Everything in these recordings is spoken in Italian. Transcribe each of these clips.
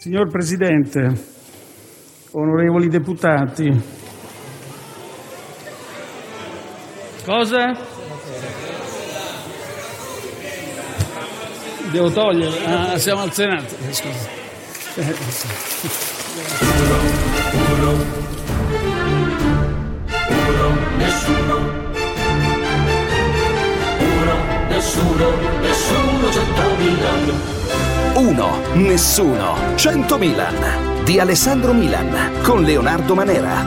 Signor Presidente, onorevoli deputati. Cosa? Devo togliere? Ah, siamo al Senato. Scusa. Nessuno, 100 Uno, nessuno, 100 Milan di Alessandro Milan con Leonardo Manera.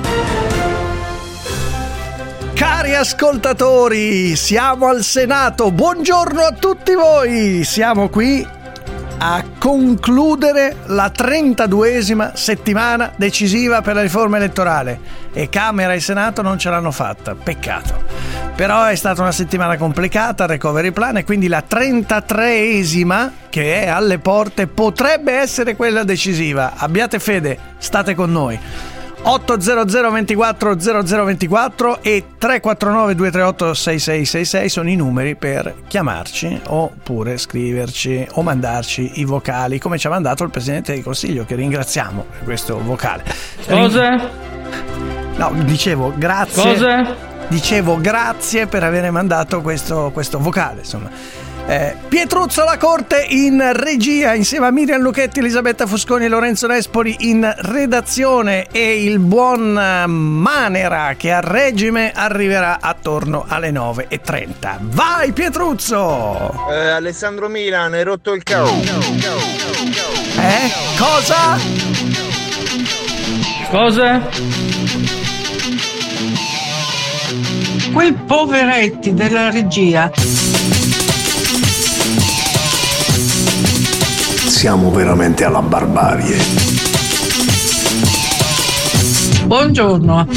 Cari ascoltatori, siamo al Senato. Buongiorno a tutti voi. Siamo qui a concludere la 32esima settimana decisiva per la riforma elettorale e Camera e Senato non ce l'hanno fatta. Peccato. Però è stata una settimana complicata, il recovery plan, e quindi la 33esima che è alle porte potrebbe essere quella decisiva. Abbiate fede, state con noi. 800 24 0024 e 349 238 6666 sono i numeri per chiamarci oppure scriverci o mandarci i vocali, come ci ha mandato il Presidente del Consiglio, che ringraziamo per questo vocale. Cosa? No, dicevo grazie. Cosa? Dicevo grazie per aver mandato questo vocale, insomma. Pietruzzo La Corte in regia insieme a Miriam Lucchetti, Elisabetta Fusconi e Lorenzo Nespoli in redazione, e il buon Manera che a regime arriverà attorno alle 9:30. Vai Pietruzzo! Alessandro Milan, hai rotto il cavo. Cosa? Cosa? Quei poveretti della regia. Siamo veramente alla barbarie. Buongiorno.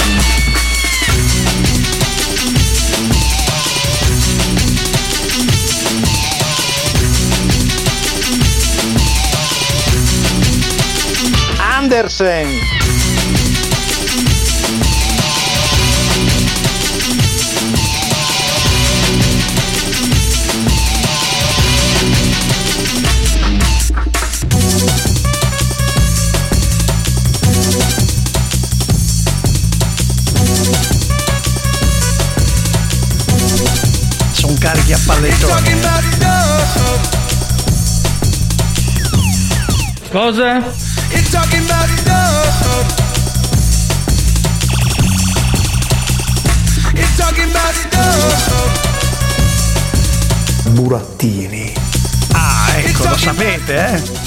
Andersen. Carichi a pallettoni. Cosa? Burattini. Ah, ecco, lo sapete,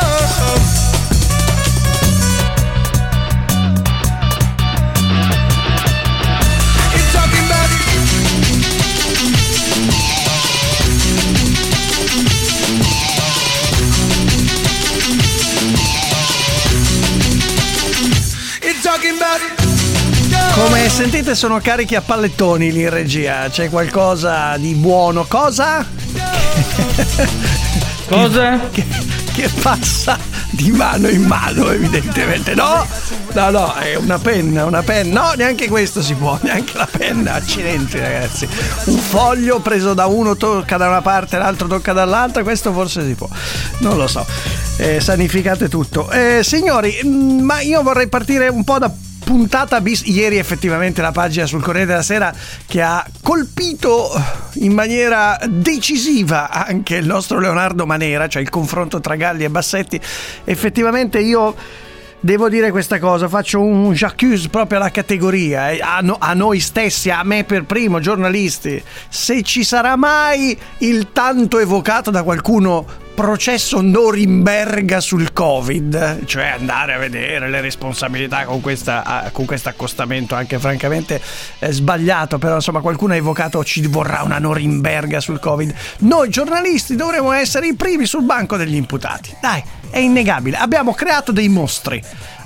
Come sentite sono carichi a pallettoni lì in regia. C'è qualcosa di buono. Cosa? Cosa? Che passa di mano in mano, evidentemente. No, è una penna. No, neanche questo si può, neanche la penna. Accidenti ragazzi. Un foglio preso da uno tocca da una parte, l'altro tocca dall'altra. Questo forse si può, non lo so. Sanificate tutto. Signori, ma io vorrei partire un po' da puntata bis. Ieri effettivamente la pagina sul Corriere della Sera che ha colpito in maniera decisiva anche il nostro Leonardo Manera, cioè il confronto tra Galli e Bassetti. Effettivamente io devo dire questa cosa, faccio un j'accuse proprio alla categoria, a noi stessi, a me per primo, giornalisti. Se ci sarà mai il tanto evocato da qualcuno processo Norimberga sul Covid, cioè andare a vedere le responsabilità con questo accostamento anche francamente sbagliato, però insomma qualcuno ha evocato ci vorrà una Norimberga sul Covid. Noi giornalisti dovremo essere i primi sul banco degli imputati, dai, è innegabile. Abbiamo creato dei mostri,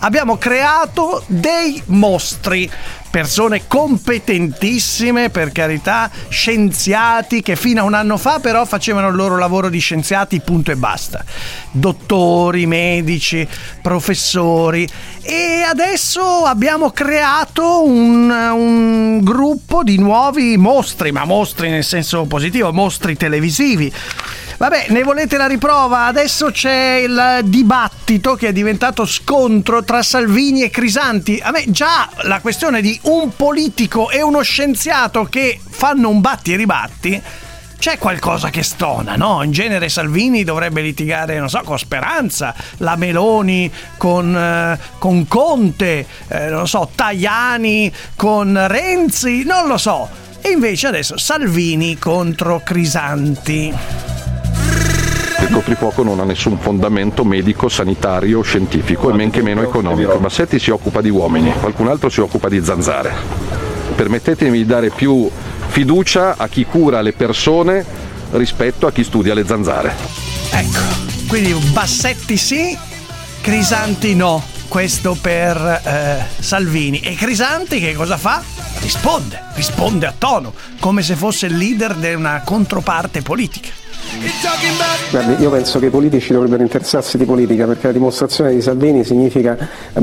persone competentissime, per carità, scienziati che fino a un anno fa però facevano il loro lavoro di scienziati, punto e basta, dottori, medici, professori, e adesso abbiamo creato un gruppo di nuovi mostri, ma mostri nel senso positivo, mostri televisivi. Vabbè, ne volete la riprova? Adesso c'è il dibattito che è diventato scontro tra Salvini e Crisanti. A me già la questione di un politico e uno scienziato che fanno un batti e ribatti, c'è qualcosa che stona, no? In genere Salvini dovrebbe litigare, non so, con Speranza, la Meloni con Conte, non so, Tajani con Renzi, non lo so. E invece adesso Salvini contro Crisanti. Il coprifuoco non ha nessun fondamento medico, sanitario, scientifico e men che meno economico. Bassetti si occupa di uomini, qualcun altro si occupa di zanzare. Permettetemi di dare più fiducia a chi cura le persone rispetto a chi studia le zanzare. Ecco, quindi Bassetti sì, Crisanti no. Questo per Salvini. E Crisanti che cosa fa? Risponde a tono, come se fosse il leader di una controparte politica. Guardi, io penso che i politici dovrebbero interessarsi di politica, perché la dimostrazione di Salvini significa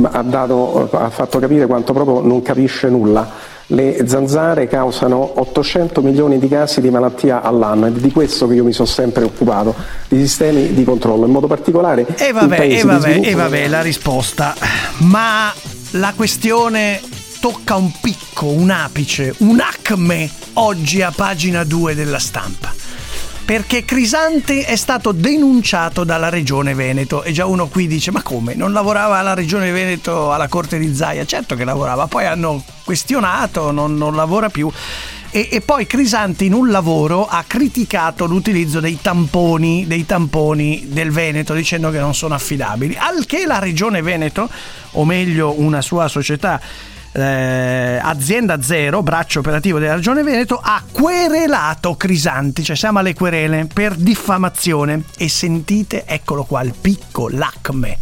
ha fatto capire quanto proprio non capisce nulla. Le zanzare causano 800 milioni di casi di malattia all'anno ed è di questo che io mi sono sempre occupato, di sistemi di controllo, in modo particolare e vabbè la risposta. Ma la questione tocca un picco, un apice, un acme oggi a pagina 2 della Stampa. Perché Crisanti è stato denunciato dalla Regione Veneto e già uno qui dice: ma come? Non lavorava alla Regione Veneto alla Corte di Zaia? Certo che lavorava, poi hanno questionato, non lavora più. E poi Crisanti in un lavoro ha criticato l'utilizzo dei tamponi del Veneto, dicendo che non sono affidabili, al che la Regione Veneto, o meglio una sua società, Azienda Zero, braccio operativo della Regione Veneto, ha querelato Crisanti, cioè siamo alle querele, per diffamazione. E sentite, eccolo qua il picco, l'acme.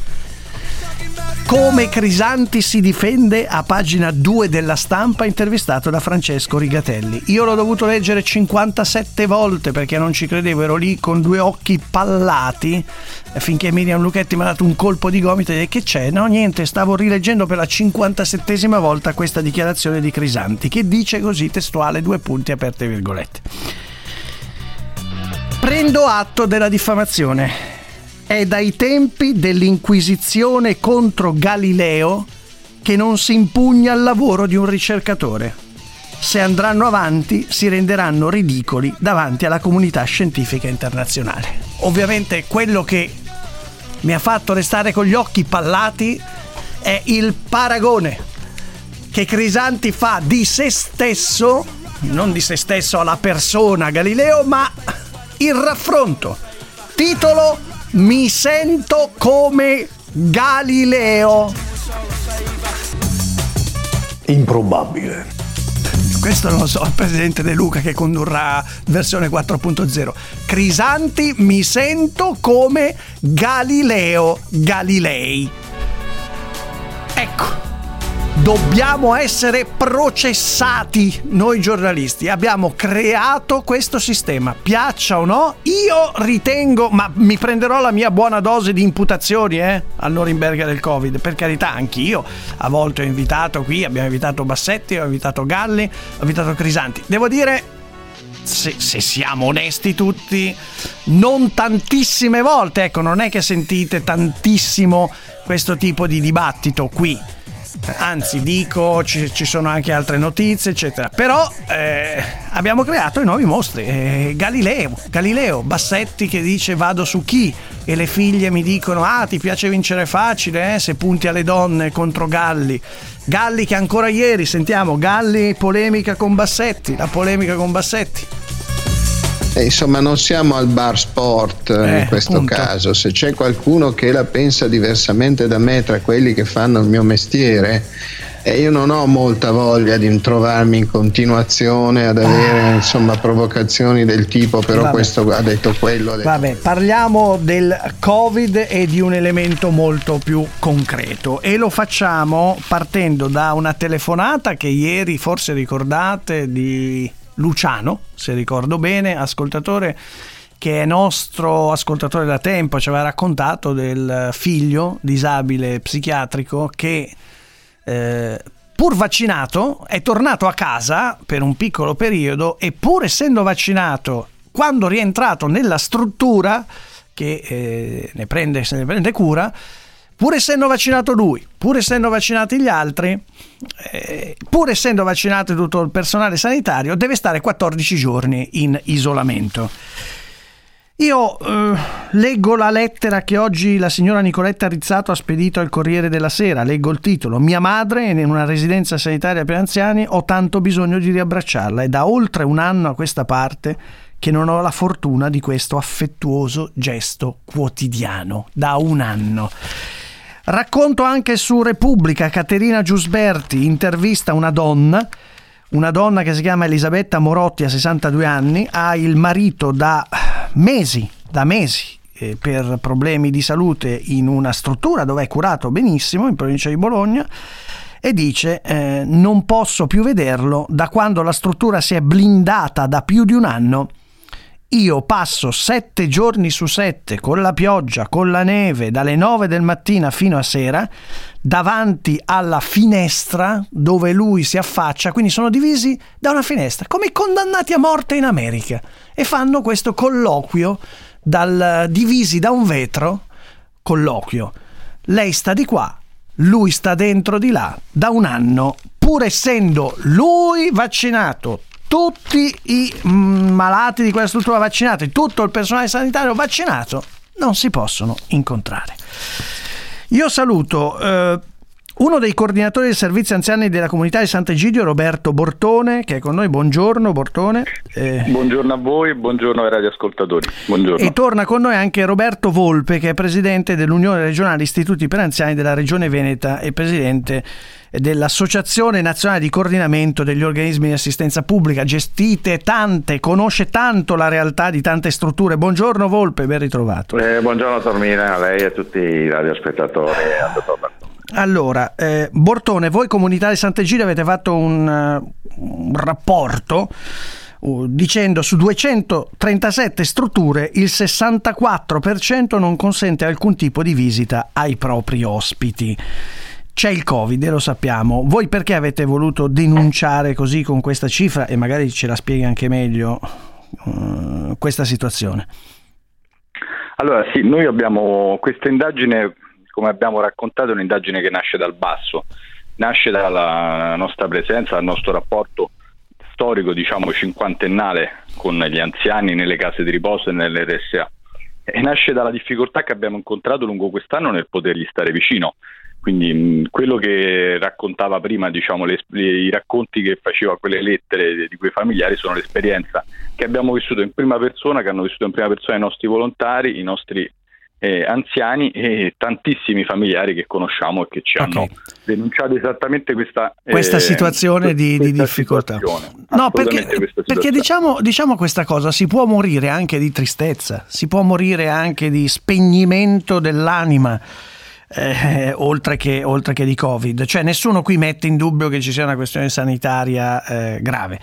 Come Crisanti si difende a pagina 2 della Stampa, intervistato da Francesco Rigatelli. Io l'ho dovuto leggere 57 volte perché non ci credevo, ero lì con due occhi pallati finché Miriam Lucchetti mi ha dato un colpo di gomito e che c'è? No, niente, stavo rileggendo per la 57esima volta questa dichiarazione di Crisanti che dice così, testuale, due punti aperte virgolette: prendo atto della diffamazione. È dai tempi dell'Inquisizione contro Galileo che non si impugna il lavoro di un ricercatore. Se andranno avanti si renderanno ridicoli davanti alla comunità scientifica internazionale. Ovviamente quello che mi ha fatto restare con gli occhi pallati è il paragone che Crisanti fa di se stesso, non di se stesso alla persona Galileo, ma il raffronto. Titolo: mi sento come Galileo. Improbabile. Questo non lo so, il presidente De Luca che condurrà versione 4.0. Crisanti, mi sento come Galileo Galilei. Ecco, dobbiamo essere processati noi giornalisti. Abbiamo creato questo sistema, piaccia o no. Io ritengo, ma mi prenderò la mia buona dose di imputazioni al Norimberga del Covid, per carità. Anch'io a volte ho invitato qui, abbiamo invitato Bassetti, ho invitato Galli, ho invitato Crisanti. Devo dire, se siamo onesti tutti, non tantissime volte, ecco, non è che sentite tantissimo questo tipo di dibattito qui. Anzi, dico, ci sono anche altre notizie, eccetera. Però abbiamo creato i nuovi mostri. Galileo, Bassetti che dice vado su chi, e le figlie mi dicono ti piace vincere facile, se punti alle donne contro Galli che ancora ieri, sentiamo, Galli polemica con Bassetti, la polemica con Bassetti. Insomma, non siamo al bar sport in questo appunto. Caso. Se c'è qualcuno che la pensa diversamente da me tra quelli che fanno il mio mestiere, io non ho molta voglia di trovarmi in continuazione ad avere insomma provocazioni del tipo però questo ha detto quello. Vabbè, parliamo del Covid e di un elemento molto più concreto, e lo facciamo partendo da una telefonata che ieri, forse ricordate, di Luciano, se ricordo bene, ascoltatore che è nostro ascoltatore da tempo, ci aveva raccontato del figlio disabile psichiatrico che pur vaccinato è tornato a casa per un piccolo periodo, e pur essendo vaccinato quando rientrato nella struttura che se ne prende cura, pur essendo vaccinato lui, pur essendo vaccinati gli altri, pur essendo vaccinato tutto il personale sanitario, deve stare 14 giorni in isolamento. Io leggo la lettera che oggi la signora Nicoletta Rizzato ha spedito al Corriere della Sera, leggo il titolo: mia madre è in una residenza sanitaria per anziani, ho tanto bisogno di riabbracciarla, è da oltre un anno a questa parte che non ho la fortuna di questo affettuoso gesto quotidiano, da un anno. Racconto anche su Repubblica, Caterina Giusberti intervista una donna che si chiama Elisabetta Morotti, ha 62 anni, ha il marito da mesi per problemi di salute in una struttura dove è curato benissimo in provincia di Bologna, e dice non posso più vederlo da quando la struttura si è blindata da più di un anno. Io passo 7 giorni su 7 con la pioggia, con la neve, dalle 9 del mattino fino a sera, davanti alla finestra dove lui si affaccia, quindi sono divisi da una finestra, come i condannati a morte in America, e fanno questo colloquio divisi da un vetro, colloquio. Lei sta di qua, lui sta dentro di là, da un anno, pur essendo lui vaccinato, tutti i malati di quella struttura vaccinati, tutto il personale sanitario vaccinato, non si possono incontrare. Io saluto uno dei coordinatori del servizio anziani della comunità di Sant'Egidio, Roberto Bortone, che è con noi. Buongiorno Bortone. Buongiorno a voi, buongioro ai radioascoltatori. Buongiorno. E torna con noi anche Roberto Volpe, che è presidente dell'Unione Regionale Istituti per Anziani della Regione Veneta e presidente dell'Associazione Nazionale di Coordinamento degli Organismi di Assistenza Pubblica. Gestite tante, conosce tanto la realtà di tante strutture. Buongiorno Volpe, ben ritrovato. Buongiorno Tormina, a lei e a tutti i radiospettatori e al dottor Bertone. Allora, Bortone, voi comunità di Sant'Egidio avete fatto un rapporto dicendo su 237 strutture il 64% non consente alcun tipo di visita ai propri ospiti. C'è il Covid, lo sappiamo. Voi perché avete voluto denunciare così con questa cifra, e magari ce la spieghi anche meglio questa situazione? Allora sì, noi abbiamo questa indagine, come abbiamo raccontato, è un'indagine che nasce dal basso, nasce dalla nostra presenza, dal nostro rapporto storico, diciamo cinquantennale, con gli anziani nelle case di riposo e nelle RSA, e nasce dalla difficoltà che abbiamo incontrato lungo quest'anno nel potergli stare vicino. Quindi quello che raccontava prima, diciamo, i racconti che faceva quelle lettere di quei familiari sono l'esperienza che abbiamo vissuto in prima persona, che hanno vissuto in prima persona i nostri volontari, i nostri anziani e tantissimi familiari che conosciamo e che ci hanno denunciato esattamente questa situazione di difficoltà. No, perché diciamo questa cosa: si può morire anche di tristezza, si può morire anche di spegnimento dell'anima. Oltre che di Covid, cioè nessuno qui mette in dubbio che ci sia una questione sanitaria grave.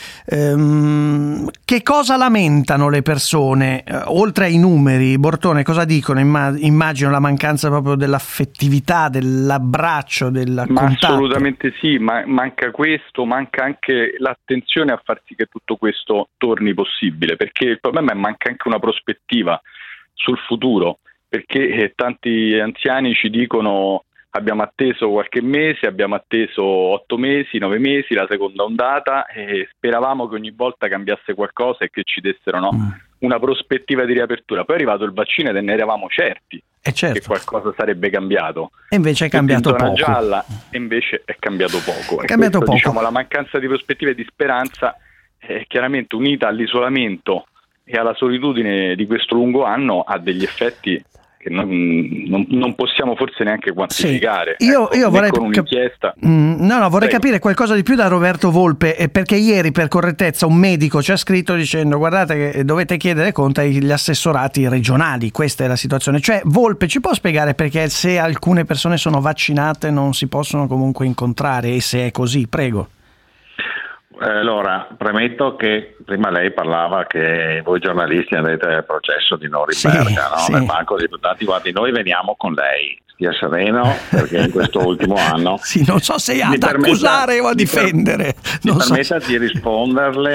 Che cosa lamentano le persone oltre ai numeri, Bortone? Cosa dicono? Immagino la mancanza proprio dell'affettività, dell'abbraccio, del contatto. Assolutamente sì, manca questo, manca anche l'attenzione a far sì che tutto questo torni possibile, perché il problema è manca anche una prospettiva sul futuro. Perché tanti anziani ci dicono: abbiamo atteso qualche mese, abbiamo atteso 8 mesi, 9 mesi, la seconda ondata, e speravamo che ogni volta cambiasse qualcosa e che ci dessero una prospettiva di riapertura. Poi è arrivato il vaccino ed ne eravamo certi che qualcosa sarebbe cambiato. E invece è cambiato poco. Gialla, e invece è cambiato poco. Diciamo, la mancanza di prospettive e di speranza è chiaramente unita all'isolamento e alla solitudine di questo lungo anno, ha degli effetti che non possiamo forse neanche quantificare. Sì. Io vorrei con un'inchiesta. Vorrei capire qualcosa di più da Roberto Volpe, perché ieri, per correttezza, un medico ci ha scritto dicendo: guardate che dovete chiedere conto agli assessorati regionali, questa è la situazione. Cioè, Volpe ci può spiegare perché se alcune persone sono vaccinate non si possono comunque incontrare, e se è così? Prego. Allora, premetto che prima lei parlava che voi giornalisti andrete al processo di Norimberga, nel banco dei deputati. Guardi, noi veniamo con lei, stia sereno, perché in questo ultimo anno non so se è ad accusare o a difendere. Mi permetta di risponderle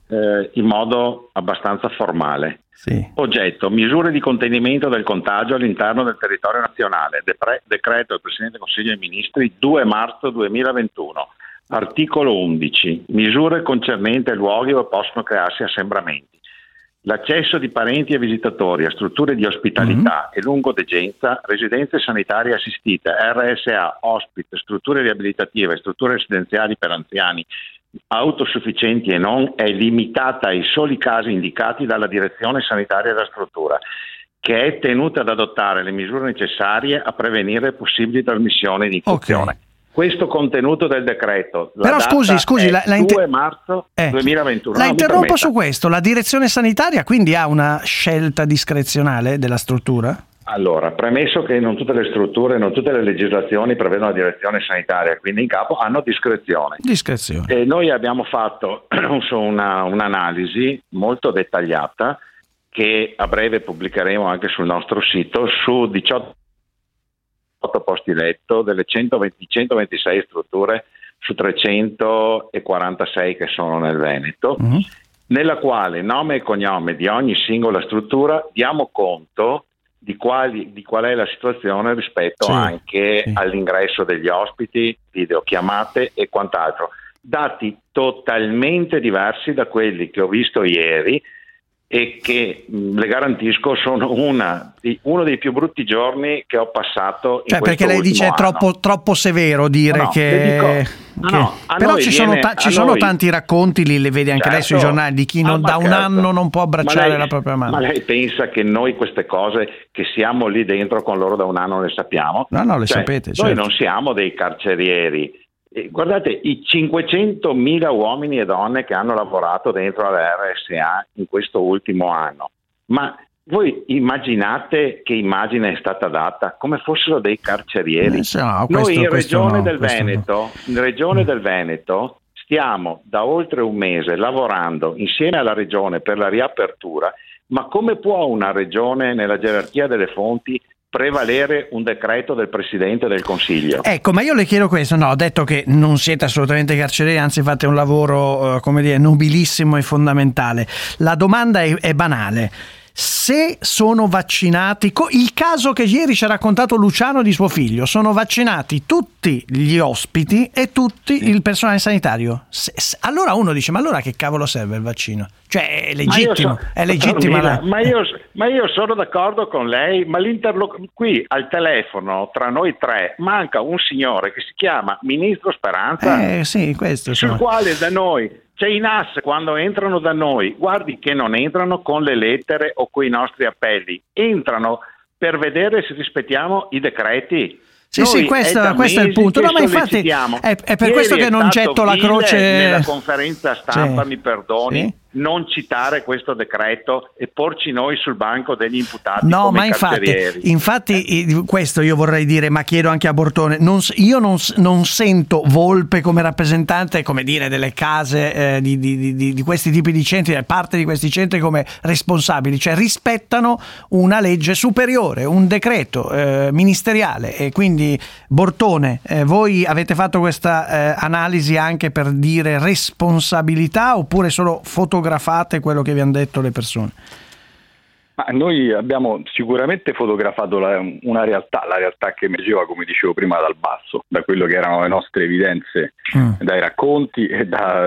in modo abbastanza formale. Sì. Oggetto: misure di contenimento del contagio all'interno del territorio nazionale. Decreto del Presidente del Consiglio dei Ministri 2 marzo 2021. Articolo 11. Misure concernenti luoghi dove possono crearsi assembramenti. L'accesso di parenti e visitatori a strutture di ospitalità e lungodegenza, residenze sanitarie assistite, RSA, hospice, strutture riabilitative, strutture residenziali per anziani, autosufficienti e non, è limitata ai soli casi indicati dalla direzione sanitaria della struttura, che è tenuta ad adottare le misure necessarie a prevenire possibili trasmissioni di infezione. Okay. Questo contenuto del decreto. Però scusi, è 2 marzo 2021. La interrompo su questo. La direzione sanitaria quindi ha una scelta discrezionale della struttura? Allora, premesso che non tutte le strutture, non tutte le legislazioni prevedono la direzione sanitaria, quindi in capo hanno discrezione. E noi abbiamo fatto un'analisi molto dettagliata che a breve pubblicheremo anche sul nostro sito, su 18 posti letto delle 126 strutture su 346 che sono nel Veneto, nella quale nome e cognome di ogni singola struttura diamo conto di qual è la situazione rispetto anche all'ingresso degli ospiti, videochiamate e quant'altro. Dati totalmente diversi da quelli che ho visto ieri e che le garantisco sono uno dei più brutti giorni che ho passato in questo perché lei dice è troppo severo dire però ci sono tanti racconti, li vedi anche lei sui giornali, di chi da un anno non può abbracciare la propria mamma. Ma lei pensa che noi queste cose, che siamo lì dentro con loro da un anno, le sappiamo? No, le sapete. Noi non siamo dei carcerieri. Guardate, i 500.000 uomini e donne che hanno lavorato dentro la RSA in questo ultimo anno, ma voi immaginate che immagine è stata data? Come fossero dei carcerieri. Noi in Regione del Veneto stiamo da oltre un mese lavorando insieme alla Regione per la riapertura, ma come può una Regione nella gerarchia delle fonti prevalere un decreto del Presidente del Consiglio? Ecco, ma io le chiedo questo, ho detto che non siete assolutamente carcerieri, anzi fate un lavoro, nobilissimo e fondamentale. La domanda è banale. Se sono vaccinati, il caso che ieri ci ha raccontato Luciano di suo figlio, sono vaccinati tutti gli ospiti e tutti il personale sanitario, allora uno dice, ma allora che cavolo serve il vaccino? Cioè è legittimo, ma io sono d'accordo con lei, ma qui al telefono tra noi tre manca un signore che si chiama Ministro Speranza, sul quale da noi c'è i NAS, quando entrano da noi, guardi che non entrano con le lettere o con i nostri appelli, entrano per vedere se rispettiamo i decreti. Questo è il punto. No, ma infatti è per questo che non getto la croce nella conferenza stampa, mi perdoni, non citare questo decreto e porci noi sul banco degli imputati come carcerieri. Infatti questo io vorrei dire, ma chiedo anche a Bortone, io non sento Volpe come rappresentante, come dire, delle case di questi tipi di centri, parte di questi centri, come responsabili, cioè rispettano una legge superiore, un decreto ministeriale, e quindi Bortone, voi avete fatto questa analisi anche per dire responsabilità, oppure solo fotografate quello che vi hanno detto le persone? Ma noi abbiamo sicuramente fotografato una realtà, la realtà che emergeva, come dicevo prima, dal basso, da quello che erano le nostre evidenze, dai racconti e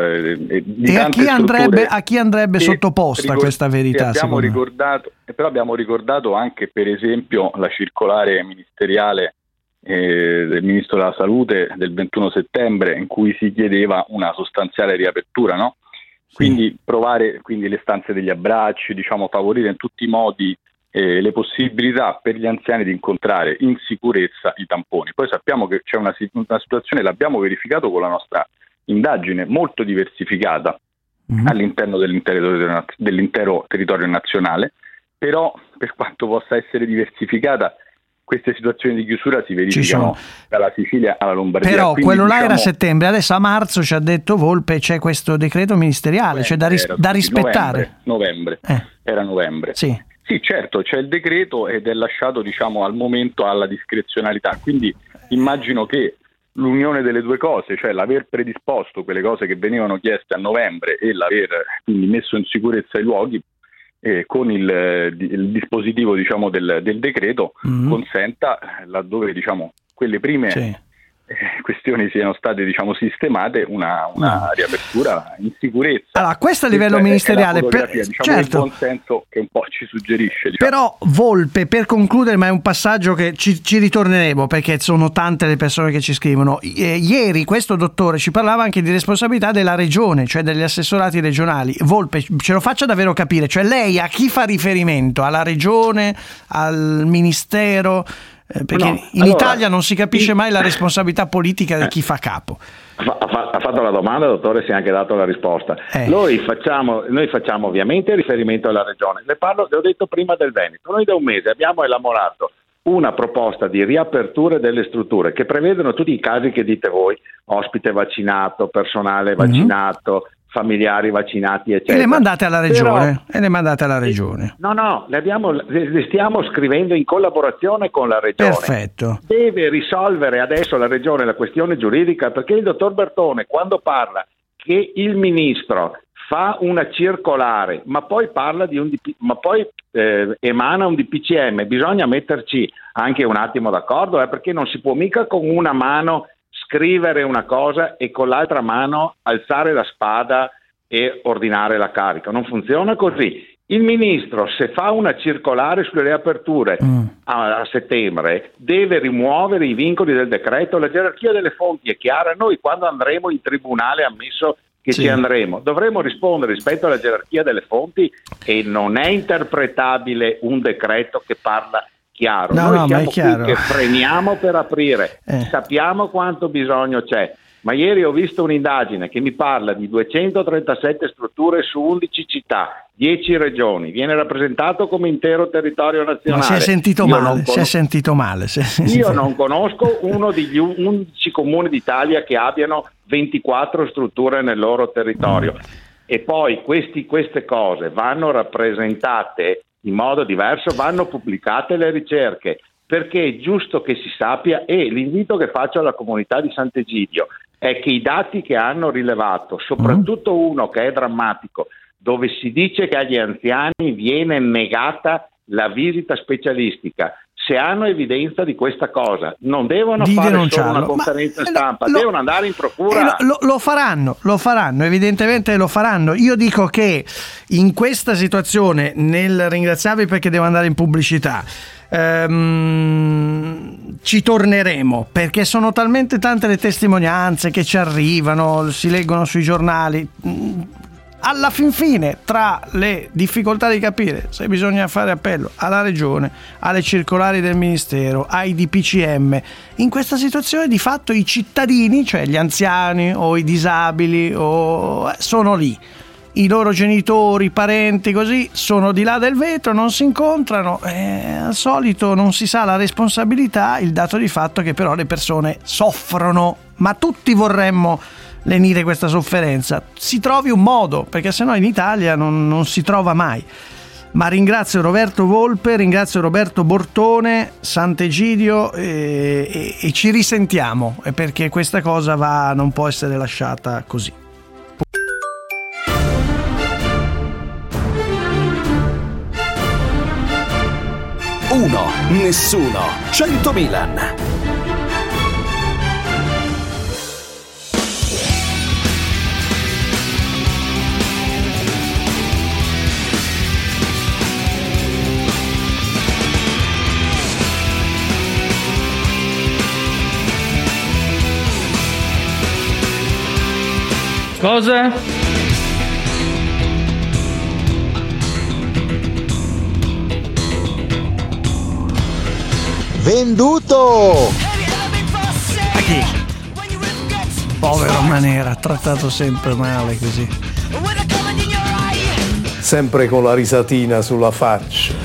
a chi andrebbe sottoposta questa verità? Però abbiamo ricordato anche, per esempio, la circolare ministeriale del Ministro della Salute del 21 settembre in cui si chiedeva una sostanziale riapertura, no? Quindi provare le stanze degli abbracci, favorire in tutti i modi le possibilità per gli anziani di incontrare in sicurezza i tamponi. Poi sappiamo che c'è una situazione, l'abbiamo verificato con la nostra indagine, molto diversificata all'interno dell'intero territorio nazionale, però per quanto possa essere diversificata, queste situazioni di chiusura si verificano dalla Sicilia alla Lombardia. Però quindi, quello là era a settembre, adesso a marzo ci ha detto Volpe c'è questo decreto ministeriale, cioè da rispettare. Era novembre. Sì, certo, c'è il decreto ed è lasciato al momento alla discrezionalità, quindi immagino che l'unione delle due cose, cioè l'aver predisposto quelle cose che venivano chieste a novembre e l'aver quindi messo in sicurezza i luoghi con il dispositivo diciamo del decreto consenta, laddove diciamo quelle prime questioni siano state diciamo sistemate, una riapertura in sicurezza. Allora, questo a livello ministeriale, diciamo il buon senso che un po' ci suggerisce, diciamo. Però Volpe, per concludere, ma è un passaggio che ci ritorneremo perché sono tante le persone che ci scrivono, ieri questo dottore ci parlava anche di responsabilità della regione, cioè degli assessorati regionali. Volpe, ce lo faccia davvero capire, cioè lei a chi fa riferimento? Alla regione, al ministero? Perché in Italia non si capisce mai la responsabilità politica di chi fa capo. Ha fatto la domanda, dottore, si è anche dato la risposta. Noi facciamo ovviamente riferimento alla regione. Le ho detto prima del Veneto. Noi da un mese abbiamo elaborato una proposta di riapertura delle strutture che prevedono tutti i casi che dite voi: ospite vaccinato, personale vaccinato, familiari vaccinati, eccetera. E le mandate alla regione? No, le stiamo scrivendo in collaborazione con la regione. Perfetto. Deve risolvere adesso la regione la questione giuridica, perché il dottor Bertone, quando parla che il ministro fa una circolare, ma poi parla emana un DPCM, bisogna metterci anche un attimo d'accordo, perché non si può mica con una mano scrivere una cosa e con l'altra mano alzare la spada e ordinare la carica. Non funziona così. Il ministro, se fa una circolare sulle riaperture a settembre, deve rimuovere i vincoli del decreto. La gerarchia delle fonti è chiara. Noi quando andremo in tribunale, ammesso che ci andremo, dovremo rispondere rispetto alla gerarchia delle fonti, e non è interpretabile un decreto che parla chiaro. Noi siamo qui che freniamo per aprire, sappiamo quanto bisogno c'è, ma ieri ho visto un'indagine che mi parla di 237 strutture su 11 città, 10 regioni, viene rappresentato come intero territorio nazionale. Ma si è sentito male. Io non conosco uno degli 11 comuni d'Italia che abbiano 24 strutture nel loro territorio. E poi queste cose vanno rappresentate in modo diverso, vanno pubblicate le ricerche, perché è giusto che si sappia. E l'invito che faccio alla comunità di Sant'Egidio è che i dati che hanno rilevato, soprattutto uno che è drammatico, dove si dice che agli anziani viene negata la visita specialistica, se hanno evidenza di questa cosa non devono fare solo una conferenza stampa, devono andare in procura. Lo faranno, evidentemente lo faranno. Io dico che in questa situazione, nel ringraziarvi perché devo andare in pubblicità, ci torneremo, perché sono talmente tante le testimonianze che ci arrivano, si leggono sui giornali. Alla fin fine, tra le difficoltà di capire se bisogna fare appello alla regione, alle circolari del ministero, ai DPCM, in questa situazione di fatto i cittadini, cioè gli anziani o i disabili, sono lì. I loro genitori, parenti, così, sono di là del vetro, non si incontrano, al solito non si sa la responsabilità, il dato di fatto è che però le persone soffrono, ma tutti vorremmo lenire questa sofferenza. Si trovi un modo, perché sennò in Italia non si trova mai. Ma ringrazio Roberto Volpe, ringrazio Roberto Bortone, Sant'Egidio, e ci risentiamo, perché questa cosa non può essere lasciata così. Uno, nessuno, 100 Milan. Cosa? Venduto! A chi? Povero Manera, trattato sempre male così. Sempre con la risatina sulla faccia.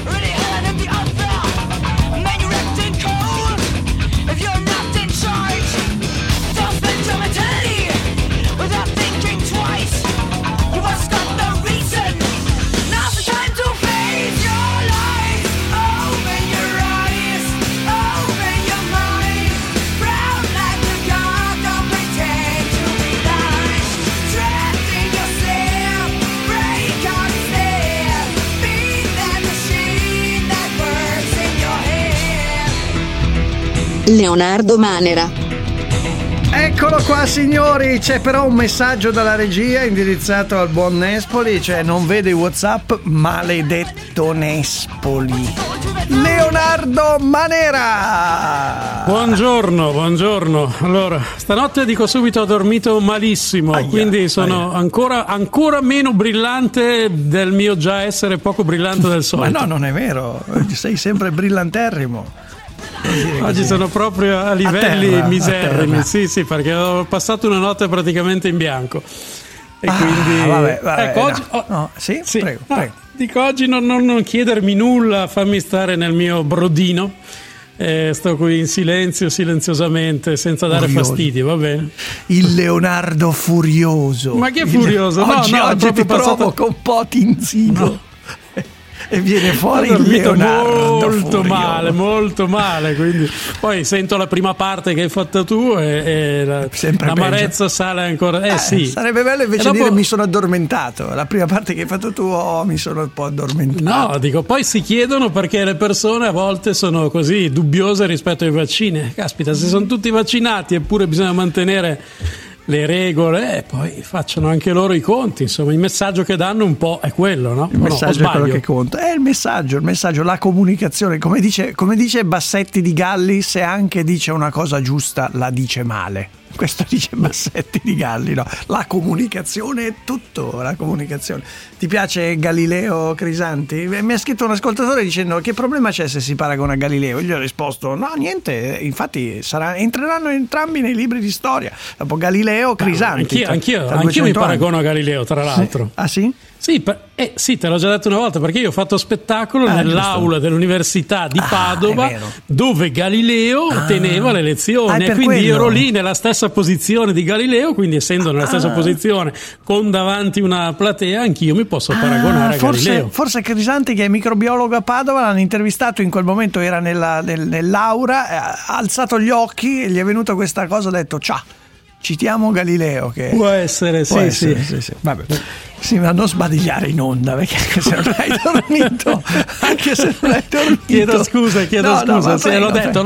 Leonardo Manera. Eccolo qua signori, c'è però un messaggio dalla regia indirizzato al buon Nespoli, cioè non vede i WhatsApp, maledetto Nespoli. Leonardo Manera! Buongiorno. Allora, stanotte dico subito ho dormito malissimo, quindi sono ancora meno brillante del mio già essere poco brillante del solito. Ma no, non è vero, sei sempre brillanterrimo. Oggi sono proprio a livelli miserrimi, sì, perché ho passato una notte praticamente in bianco e quindi vabbè, ecco, oggi, sì, prego. Dico oggi non chiedermi nulla, fammi stare nel mio brodino, sto qui in silenziosamente, senza dare fastidio, va bene? Il Leonardo furioso. Ma che furioso? Oggi ti provoca un po' tinzino. E viene fuori il Leonardo molto male, quindi poi sento la prima parte che hai fatto tu e l'amarezza sale ancora. Sì. Sarebbe bello invece dire mi sono addormentato. La prima parte che hai fatto tu, mi sono un po' addormentato. No, dico, poi si chiedono perché le persone a volte sono così dubbiose rispetto ai vaccini. Caspita, se sono tutti vaccinati eppure bisogna mantenere le regole e poi facciano anche loro i conti, insomma il messaggio che danno un po' è quello, no? Il messaggio è quello che conta, è il messaggio, la comunicazione, come dice Bassetti di Galli, se anche dice una cosa giusta la dice male. Questo dice Bassetti di Galli, no? La comunicazione è tutto, la comunicazione. Ti piace Galileo Crisanti? Mi ha scritto un ascoltatore dicendo che problema c'è se si paragona a Galileo. Io gli ho risposto no, niente, infatti entreranno entrambi nei libri di storia. Dopo Galileo Crisanti. Anch'io mi paragono a Galileo, tra l'altro. Ah sì? Sì, te l'ho già detto una volta, perché io ho fatto spettacolo nell'aula dell'Università di Padova dove Galileo teneva le lezioni e quindi io ero lì nella stessa posizione di Galileo, quindi essendo nella stessa posizione con davanti una platea anch'io mi posso paragonare a Galileo. Forse Crisanti, che è microbiologo a Padova, l'hanno intervistato, in quel momento era nell'aura, ha alzato gli occhi e gli è venuta questa cosa, ha detto ciao, citiamo Galileo, che può essere, sì. Vabbè. Sì, ma non sbadigliare in onda, perché anche se non hai dormito, chiedo scusa, l'ho detto,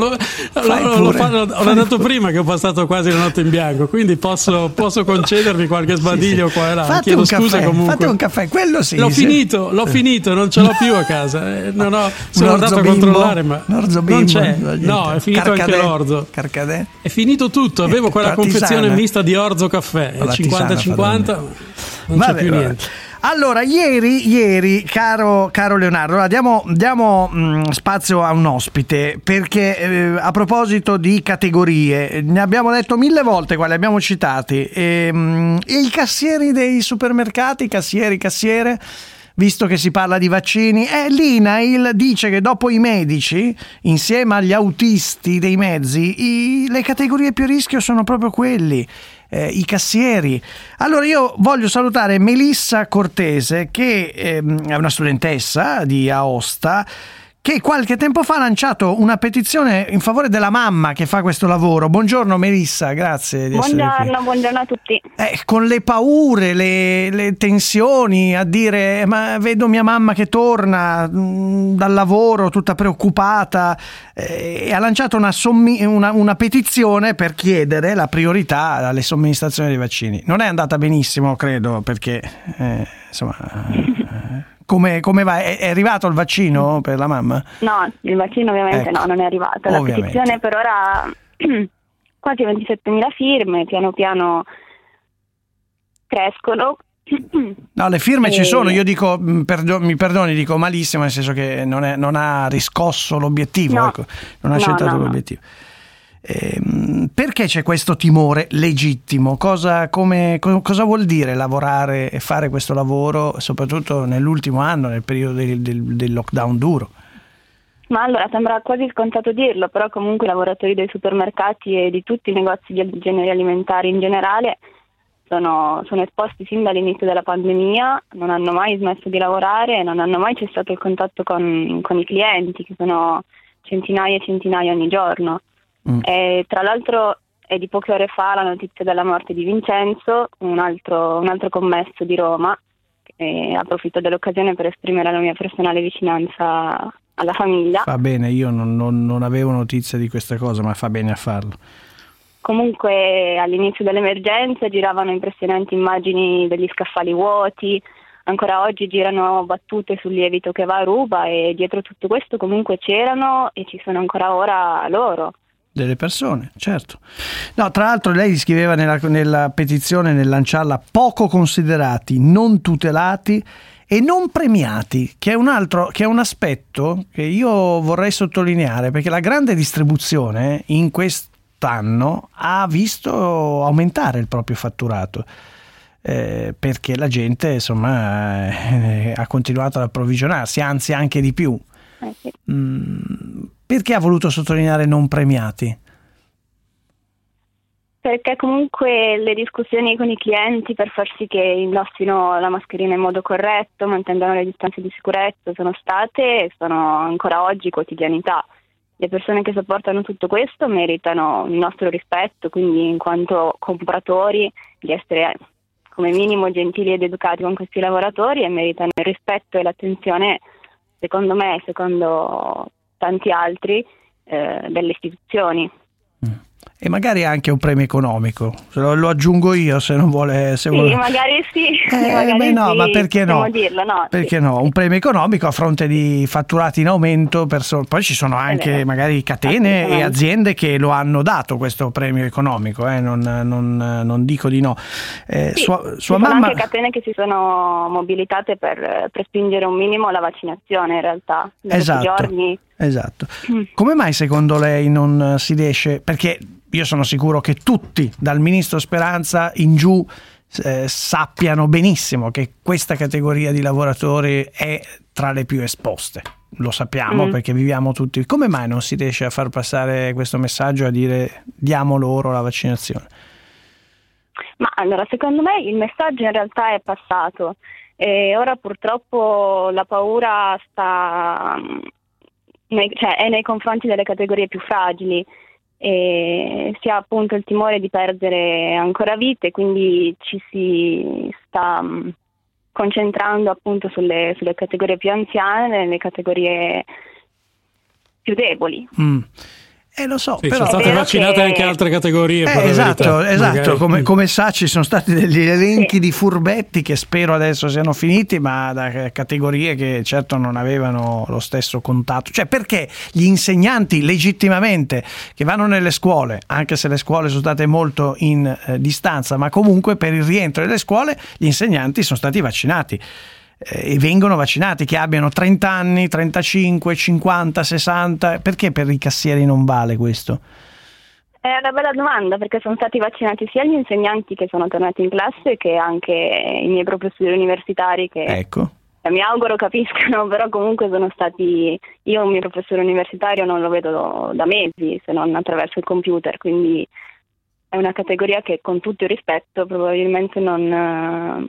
l'ho detto prima che ho passato quasi la notte in bianco, quindi posso concedermi qualche sbadiglio qua e là. Chiedo scusa comunque. Fate un caffè, quello sì. L'ho finito, non ce l'ho più a casa. Sono andato a controllare, ma non c'è. No, è finito anche l'orzo. Carcadè. È finito tutto, avevo quella confezione mista di orzo caffè, 50-50, non c'è più niente. Allora, ieri caro Leonardo, diamo spazio a un ospite, perché a proposito di categorie, ne abbiamo detto 1000 volte, quali abbiamo citati, i cassieri dei supermercati, cassiere, visto che si parla di vaccini, l'INAIL dice che dopo i medici, insieme agli autisti dei mezzi, le categorie più a rischio sono proprio quelli, i cassieri. Allora io voglio salutare Melissa Cortese, che è una studentessa di Aosta, che qualche tempo fa ha lanciato una petizione in favore della mamma che fa questo lavoro. Buongiorno Melissa, grazie di essere qui. Buongiorno a tutti. Con le paure, le tensioni, a dire ma vedo mia mamma che torna dal lavoro tutta preoccupata, e ha lanciato una petizione per chiedere la priorità alle somministrazioni dei vaccini. Non è andata benissimo, credo, perché insomma... Come va? È arrivato il vaccino per la mamma? No, il vaccino ovviamente no, non è arrivato. La petizione per ora quasi 27.000 firme, piano piano crescono. No, le firme ci sono, io dico, mi perdoni, dico malissimo, nel senso che non ha riscosso l'obiettivo, no. Ecco, non ha centrato l'obiettivo. Perché c'è questo timore legittimo? Cosa vuol dire lavorare e fare questo lavoro, soprattutto nell'ultimo anno, nel periodo del lockdown duro? Ma allora sembra quasi scontato dirlo, però comunque i lavoratori dei supermercati e di tutti i negozi di generi alimentari in generale sono esposti sin dall'inizio della pandemia, non hanno mai smesso di lavorare, non hanno mai cessato il contatto con i clienti, che sono centinaia e centinaia ogni giorno. E tra l'altro è di poche ore fa la notizia della morte di Vincenzo, un altro commesso di Roma, e approfitto dell'occasione per esprimere la mia personale vicinanza alla famiglia. Fa bene, io non avevo notizia di questa cosa, ma fa bene a farlo. Comunque all'inizio dell'emergenza giravano impressionanti immagini degli scaffali vuoti, ancora oggi girano battute sul lievito che va a ruba, e dietro tutto questo comunque c'erano e ci sono ancora ora loro. Delle persone, certo. No, tra l'altro lei scriveva nella petizione, nel lanciarla, poco considerati, non tutelati e non premiati, che è un aspetto che io vorrei sottolineare, perché la grande distribuzione in quest'anno ha visto aumentare il proprio fatturato, perché la gente insomma ha continuato ad approvvigionarsi, anzi anche di più. Sì. Perché ha voluto sottolineare non premiati? Perché comunque le discussioni con i clienti per far sì che indossino la mascherina in modo corretto, mantengano le distanze di sicurezza, sono ancora oggi quotidianità. Le persone che sopportano tutto questo meritano il nostro rispetto, quindi in quanto compratori di essere come minimo gentili ed educati con questi lavoratori, e meritano il rispetto e l'attenzione, secondo me, secondo tanti altri, delle istituzioni. E magari anche un premio economico, lo aggiungo io, se non vuole. Se sì, vuole. Magari sì. No, sì, ma perché no? Dirlo, no? Perché sì. no? Un premio economico a fronte di fatturati in aumento. Poi ci sono anche magari catene e aziende che lo hanno dato questo premio economico, non dico di no. Sì, sua mamma. Sono anche catene che si sono mobilitate per spingere un minimo la vaccinazione, in realtà. Esatto. Giorni. Esatto. Come mai secondo lei non si riesce? Perché io sono sicuro che tutti, dal ministro Speranza in giù, sappiano benissimo che questa categoria di lavoratori è tra le più esposte. Lo sappiamo perché viviamo tutti. Come mai non si riesce a far passare questo messaggio, a dire diamo loro la vaccinazione? Ma allora, secondo me il messaggio in realtà è passato. E ora purtroppo la paura è nei confronti delle categorie più fragili, e si ha appunto il timore di perdere ancora vite, quindi ci si sta concentrando appunto sulle categorie più anziane, nelle categorie più deboli. Lo so, sì, però sono state vaccinate anche altre categorie. Esatto. Come sa, ci sono stati degli elenchi di furbetti che spero adesso siano finiti, ma da categorie che certo non avevano lo stesso contatto. Cioè, perché gli insegnanti legittimamente che vanno nelle scuole, anche se le scuole sono state molto in distanza, ma comunque per il rientro delle scuole gli insegnanti sono stati vaccinati. E vengono vaccinati, che abbiano 30 anni, 35, 50, 60, perché per i cassieri non vale questo? È una bella domanda, perché sono stati vaccinati sia gli insegnanti che sono tornati in classe che anche i miei professori universitari che mi auguro capiscano, però comunque sono stati, io un mio professore universitario non lo vedo da mesi se non attraverso il computer, quindi è una categoria che, con tutto il rispetto, probabilmente non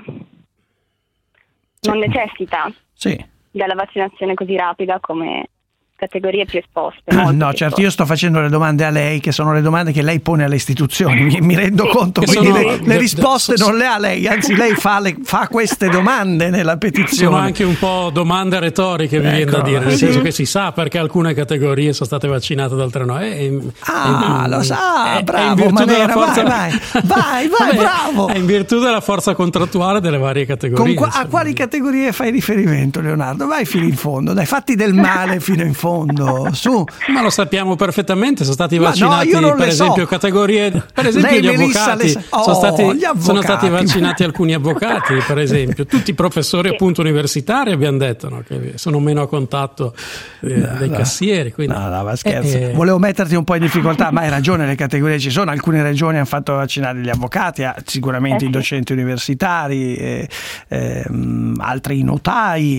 necessita della vaccinazione così rapida come categorie più esposte. No, certo, io sto facendo le domande a lei, che sono le domande che lei pone alle istituzioni, mi rendo conto, quindi le risposte non le ha lei, anzi lei fa queste domande nella petizione. Sono anche un po' domande retoriche, mi viene da dire, nel senso che si sa perché alcune categorie sono state vaccinate, altre no. Lo sa, bravo Manera, vai, bravo. È in virtù della forza contrattuale delle varie categorie. A quali categorie fai riferimento, Leonardo? Vai fino in fondo, dai, fatti del male fino in fondo. Su. Ma lo sappiamo perfettamente, sono stati vaccinati per esempio categorie, per esempio gli avvocati, sono stati vaccinati alcuni avvocati, per esempio, tutti i professori appunto universitari, abbiamo detto, no? Che sono meno a contatto dei cassieri, quindi. Ma scherzo. Volevo metterti un po' in difficoltà, ma hai ragione, le categorie ci sono, alcune regioni hanno fatto vaccinare gli avvocati, sicuramente i docenti universitari, altri i notai.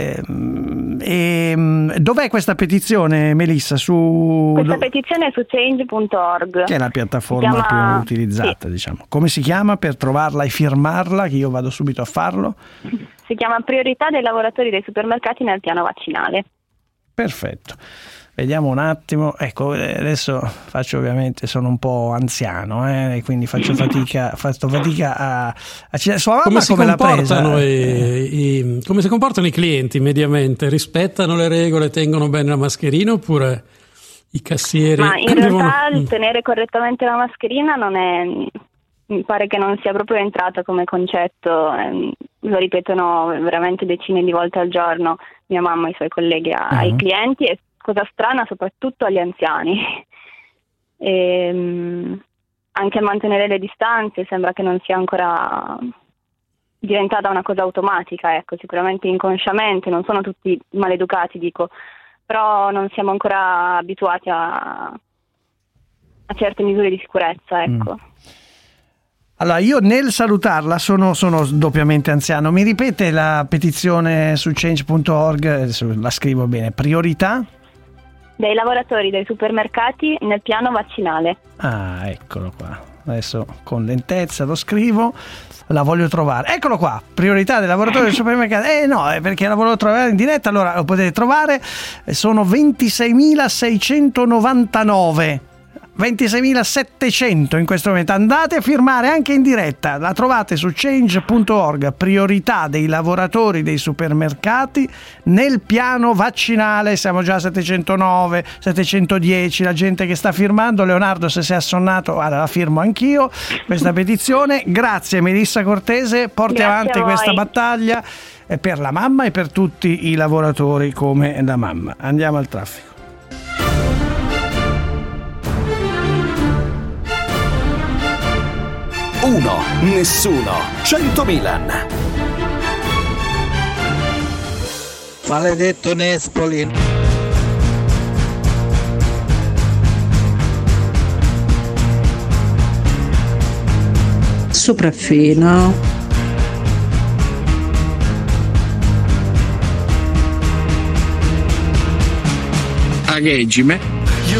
Dov'è questa petizione, Melissa? Questa petizione è su change.org, che è la piattaforma più utilizzata, diciamo. Come si chiama per trovarla e firmarla, che io vado subito a farlo? Si chiama Priorità dei lavoratori dei supermercati nel piano vaccinale. Perfetto. Vediamo un attimo. Ecco, adesso faccio, ovviamente sono un po' anziano, e quindi faccio fatica a sua mamma come l'ha presa? Come si comportano i clienti mediamente? Rispettano le regole, tengono bene la mascherina, oppure i cassieri? Ma in realtà il tenere correttamente la mascherina mi pare che non sia proprio entrata come concetto, lo ripetono veramente decine di volte al giorno mia mamma e i suoi colleghi ai clienti, e cosa strana soprattutto agli anziani. Anche a mantenere le distanze sembra che non sia ancora diventata una cosa automatica, ecco, sicuramente inconsciamente, non sono tutti maleducati, dico, però non siamo ancora abituati a certe misure di sicurezza, ecco. Allora, io nel salutarla sono doppiamente anziano. Mi ripete la petizione su change.org? La scrivo bene. Priorità? Dei lavoratori dei supermercati nel piano vaccinale. Ah, eccolo qua. Adesso con lentezza lo scrivo. La voglio trovare. Eccolo qua. Priorità dei lavoratori dei supermercati. No, è perché la volevo trovare in diretta. Allora lo potete trovare. Sono 26.699. 26.700 in questo momento. Andate a firmare anche in diretta, la trovate su change.org. Priorità dei lavoratori dei supermercati nel piano vaccinale. Siamo già a 709, 710, la gente che sta firmando. Leonardo, se sei assonnato, guarda, la firmo anch'io questa petizione. Grazie Melissa Cortese, porti avanti questa battaglia per la mamma e per tutti i lavoratori come la mamma. Andiamo al traffico. 1, nessuno, 100 Milan. Maledetto Nespoli. Sopraffino. Agheggime.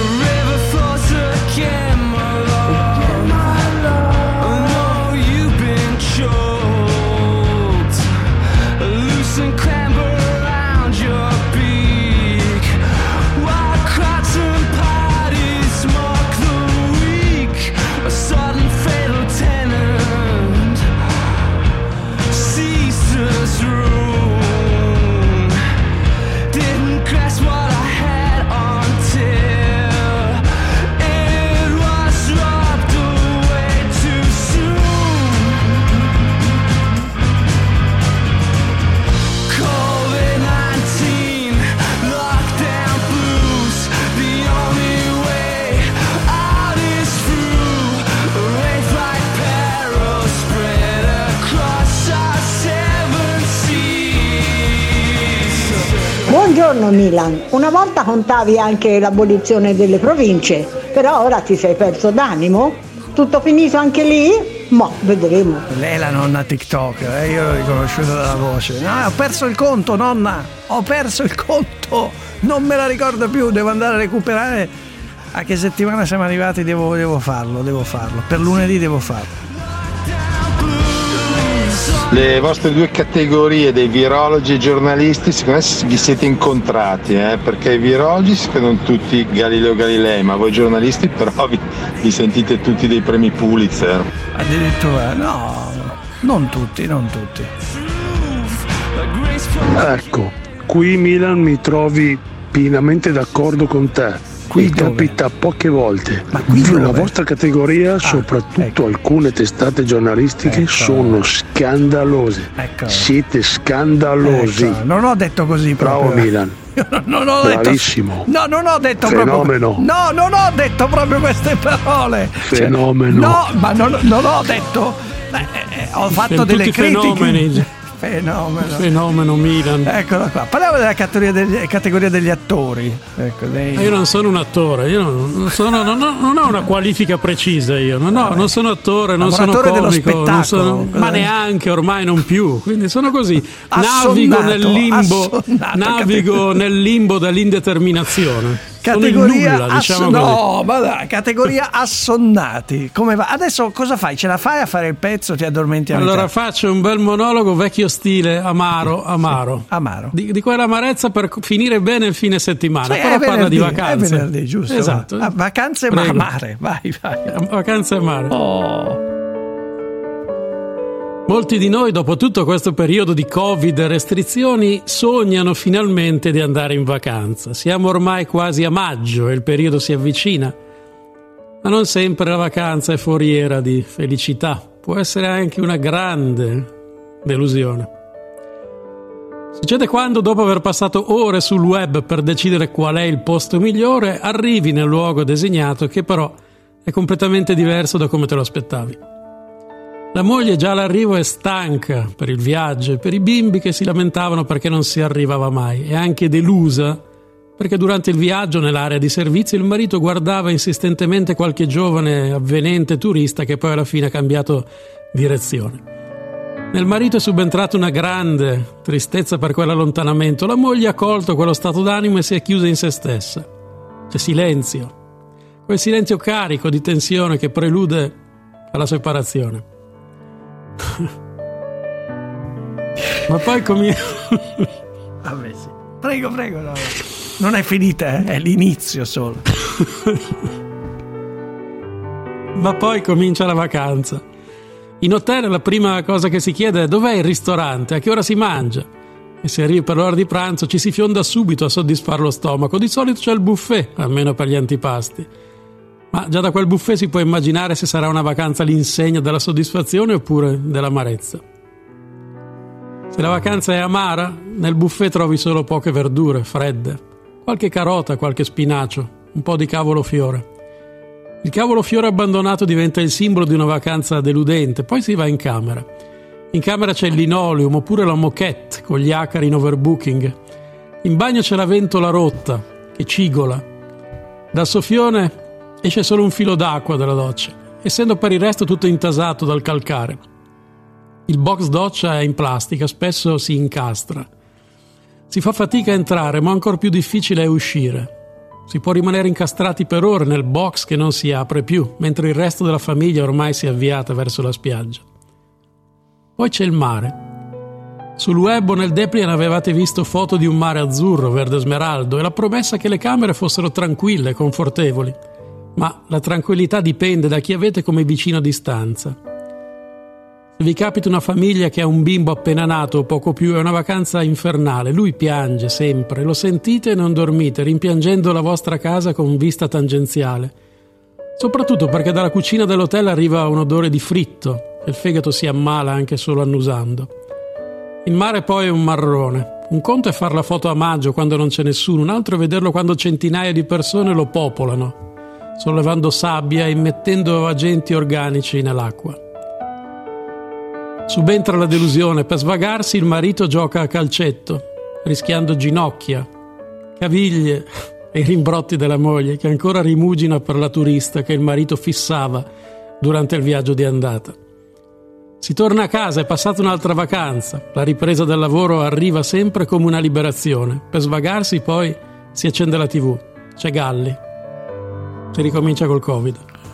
Buongiorno Milan, una volta contavi anche l'abolizione delle province, però ora ti sei perso d'animo? Tutto finito anche lì? Ma vedremo. Lei è la nonna TikTok, io l'ho riconosciuta dalla voce. No, ho perso il conto, nonna, ho perso il conto, non me la ricordo più, devo andare a recuperare. A che settimana siamo arrivati? Devo farlo, per lunedì devo farlo. Le vostre due categorie dei virologi e giornalisti, secondo me vi siete incontrati, perché i virologi si credono tutti Galileo Galilei, ma voi giornalisti però vi sentite tutti dei premi Pulitzer. Addirittura, no, non tutti. Ecco, qui Milan mi trovi pienamente d'accordo con te. Qui capita poche volte. Ma qui la vostra categoria, soprattutto alcune testate giornalistiche, sono scandalose. Siete scandalosi. Non ho detto così proprio. Bravo Milan. Non ho bravissimo. Detto, non ho detto fenomeno. Proprio. No, non ho detto proprio queste parole. Fenomeno. No, ma non ho detto. Ho fatto delle critiche. Fenomeni. Fenomeno Milan. Eccola qua. Parliamo della categoria degli attori. Ecco, io non sono un attore, io non ho una qualifica precisa. Io non sono attore, non sono comico, ma neanche ormai non più. Quindi sono così. Navigo nel limbo dell'indeterminazione. Categoria nulla, diciamo no, ma dai, categoria assonnati. Come va? Adesso cosa fai? Ce la fai a fare il pezzo? Ti addormenti a metà? Allora faccio un bel monologo vecchio stile, amaro. Di quell'amarezza per finire bene il fine settimana. Sì, però parla di vacanze. È venerdì, giusto? Esatto. Vacanze ma mare, vai. Vacanze e mare. Oh. Molti di noi, dopo tutto questo periodo di Covid e restrizioni, sognano finalmente di andare in vacanza. Siamo ormai quasi a maggio e il periodo si avvicina. Ma non sempre la vacanza è foriera di felicità. Può essere anche una grande delusione. Succede quando, dopo aver passato ore sul web per decidere qual è il posto migliore, arrivi nel luogo designato che però è completamente diverso da come te lo aspettavi. La moglie già all'arrivo è stanca per il viaggio e per i bimbi che si lamentavano perché non si arrivava mai, e anche delusa perché durante il viaggio nell'area di servizio il marito guardava insistentemente qualche giovane avvenente turista che poi alla fine ha cambiato direzione. Nel marito è subentrata una grande tristezza per quell'allontanamento. La moglie ha colto quello stato d'animo e si è chiusa in se stessa. C'è silenzio, quel silenzio carico di tensione che prelude alla separazione. Ma poi Vabbè, sì. Prego, no. Non è finita, è l'inizio solo. Ma poi comincia la vacanza. In hotel la prima cosa che si chiede è: dov'è il ristorante? A che ora si mangia? E se arrivi per l'ora di pranzo ci si fionda subito a soddisfare lo stomaco. Di solito c'è il buffet, almeno per gli antipasti. Ma già da quel buffet si può immaginare se sarà una vacanza all'insegna della soddisfazione oppure dell'amarezza. Se la vacanza è amara, nel buffet trovi solo poche verdure fredde, qualche carota, qualche spinacio, un po' di cavolo-fiore. Il cavolo-fiore abbandonato diventa il simbolo di una vacanza deludente. Poi si va in camera. In camera c'è il linoleum oppure la moquette con gli acari in overbooking. In bagno c'è la ventola rotta che cigola. Dal soffione esce solo un filo d'acqua dalla doccia, essendo per il resto tutto intasato dal calcare. Il box doccia è in plastica, spesso si incastra. Si fa fatica a entrare, ma ancor più difficile è uscire. Si può rimanere incastrati per ore nel box che non si apre più, mentre il resto della famiglia ormai si è avviata verso la spiaggia. Poi c'è il mare. Sul web o nel Deplian avevate visto foto di un mare azzurro, verde smeraldo e la promessa che le camere fossero tranquille e confortevoli. Ma la tranquillità dipende da chi avete come vicino a distanza. Se vi capita una famiglia che ha un bimbo appena nato o poco più, è una vacanza infernale. Lui piange sempre, lo sentite e non dormite, rimpiangendo la vostra casa con vista tangenziale. Soprattutto perché dalla cucina dell'hotel arriva un odore di fritto e il fegato si ammala anche solo annusando. Il mare poi è un marrone. Un conto è far la foto a maggio quando non c'è nessuno, un altro è vederlo quando centinaia di persone lo popolano, sollevando sabbia e immettendo agenti organici nell'acqua. Subentra la delusione. Per svagarsi il marito gioca a calcetto, rischiando ginocchia, caviglie e i rimbrotti della moglie che ancora rimugina per la turista che il marito fissava durante il viaggio di andata. Si torna a casa, è passata un'altra vacanza. La ripresa del lavoro arriva sempre come una liberazione. Per svagarsi poi si accende la TV, c'è Galli. Si ricomincia col Covid.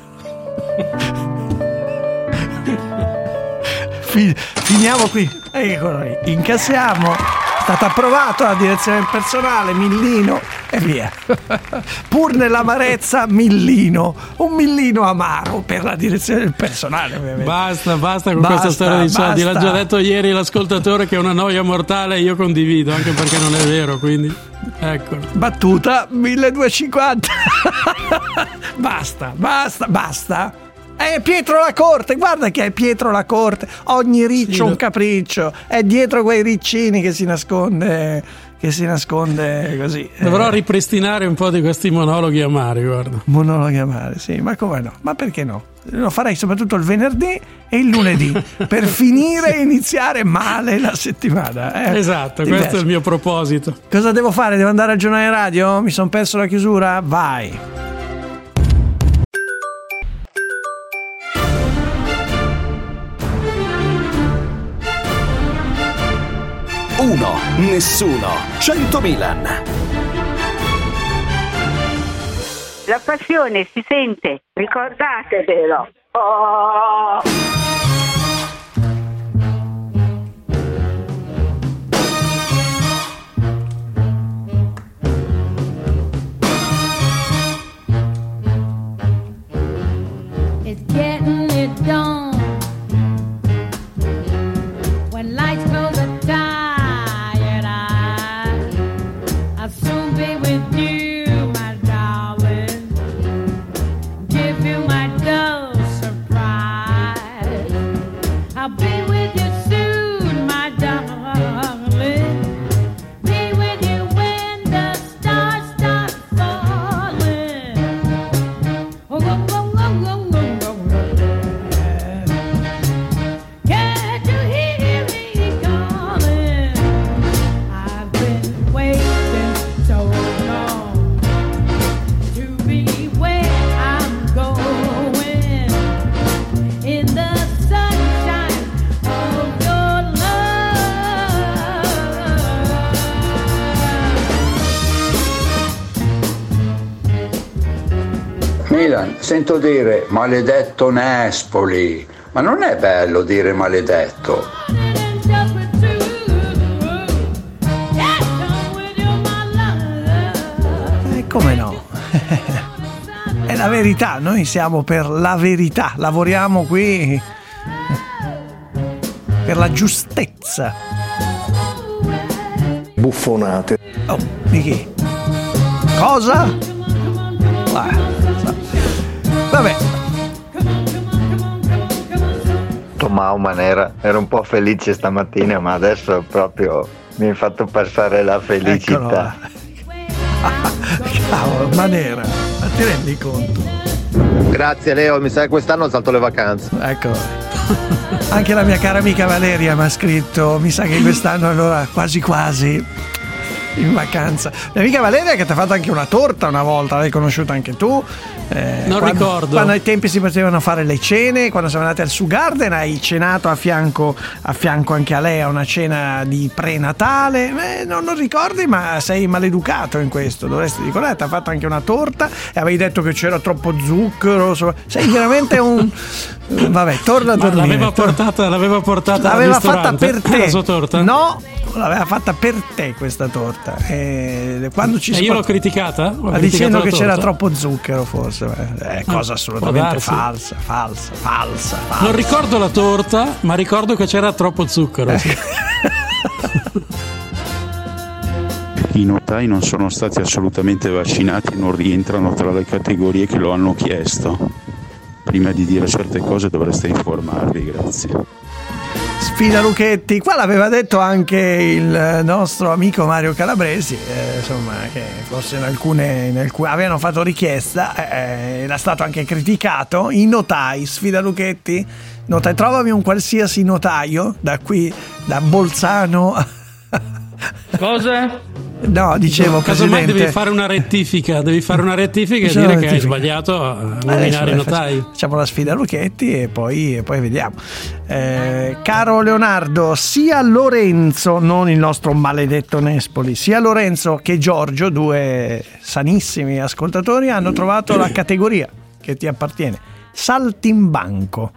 Finiamo qui. Eccolo lì. Incassiamo. È stato approvato la direzione del personale, Millino e via. Pur nell'amarezza, Millino. Un Millino amaro per la direzione del personale, ovviamente. Basta con questa storia di soldi. L'ha già detto ieri l'ascoltatore che è una noia mortale e io condivido, anche perché non è vero, quindi ecco. Battuta 1250. Basta. È Pietro la Corte, guarda che è Pietro la Corte. Ogni riccio un capriccio. È dietro quei riccini che si nasconde così. Dovrò ripristinare un po' di questi monologhi amari, guarda. Monologhi amari, sì, ma come no? Ma perché no? Lo farei soprattutto il venerdì e il lunedì per finire e iniziare male la settimana. Esatto, questo è il mio proposito. Cosa devo fare? Devo andare a giornale radio? Mi sono perso la chiusura? Vai. Uno, nessuno, 100 Milan. La passione si sente, ricordatevelo. Oh. It's getting it done. When lights close the tired eyes, I'll soon be with you, my darling. Give you my dull surprise. I'll be with you soon, my darling. Be with you when the stars start falling. Oh, oh, oh, oh, oh. Can't you hear me calling? I've been waiting so long to be where I'm going, in the sunshine of your love. Milan, sento dire maledetto Nespoli, ma non è bello dire maledetto. Come no? È la verità, noi siamo per la verità, lavoriamo qui per la giustezza. Buffonate. Oh, di chi? Cosa? Vabbè. Tommaso Manera, ero un po' felice stamattina, ma adesso proprio mi hai fatto passare la felicità. Cavolo, Manera, ma ti rendi conto? Grazie Leo, mi sa che quest'anno salto le vacanze. Ecco. Anche la mia cara amica Valeria mi ha scritto, mi sa che quest'anno allora quasi in vacanza. Mia amica Valeria che ti ha fatto anche una torta una volta, l'hai conosciuta anche tu. Ricordo. Quando ai tempi si potevano fare le cene, quando siamo andati al Su Garden hai cenato a fianco anche a lei a una cena di prenatale. Non ricordi, ma sei maleducato in questo, dovresti ricordare. Ti ha fatto anche una torta e avevi detto che c'era troppo zucchero. Sei veramente un... Vabbè, torna a dormire. L'aveva portata l'aveva fatta per te. La sua torta? No, l'aveva fatta per te questa torta. Quando io l'ho criticata? Dicendo che c'era troppo zucchero, forse. È cosa assolutamente falsa. Non ricordo la torta, ma ricordo che c'era troppo zucchero. I notai non sono stati assolutamente vaccinati e non rientrano tra le categorie che lo hanno chiesto. Prima di dire certe cose dovreste informarvi, grazie. Sfida Lucchetti, qua l'aveva detto anche il nostro amico Mario Calabresi, insomma, che forse in alcune avevano fatto richiesta, era stato anche criticato. I notai, Sfida Lucchetti, trovami un qualsiasi notaio da qui, da Bolzano. Cosa? No, dicevo, casomai Presidente, devi fare una rettifica e dire che hai sbagliato a nominare i notai. Facciamo la sfida a Lucchetti e poi vediamo. Caro Leonardo, sia Lorenzo, non il nostro maledetto Nespoli, sia Lorenzo che Giorgio, due sanissimi ascoltatori, hanno trovato la categoria che ti appartiene: saltimbanco.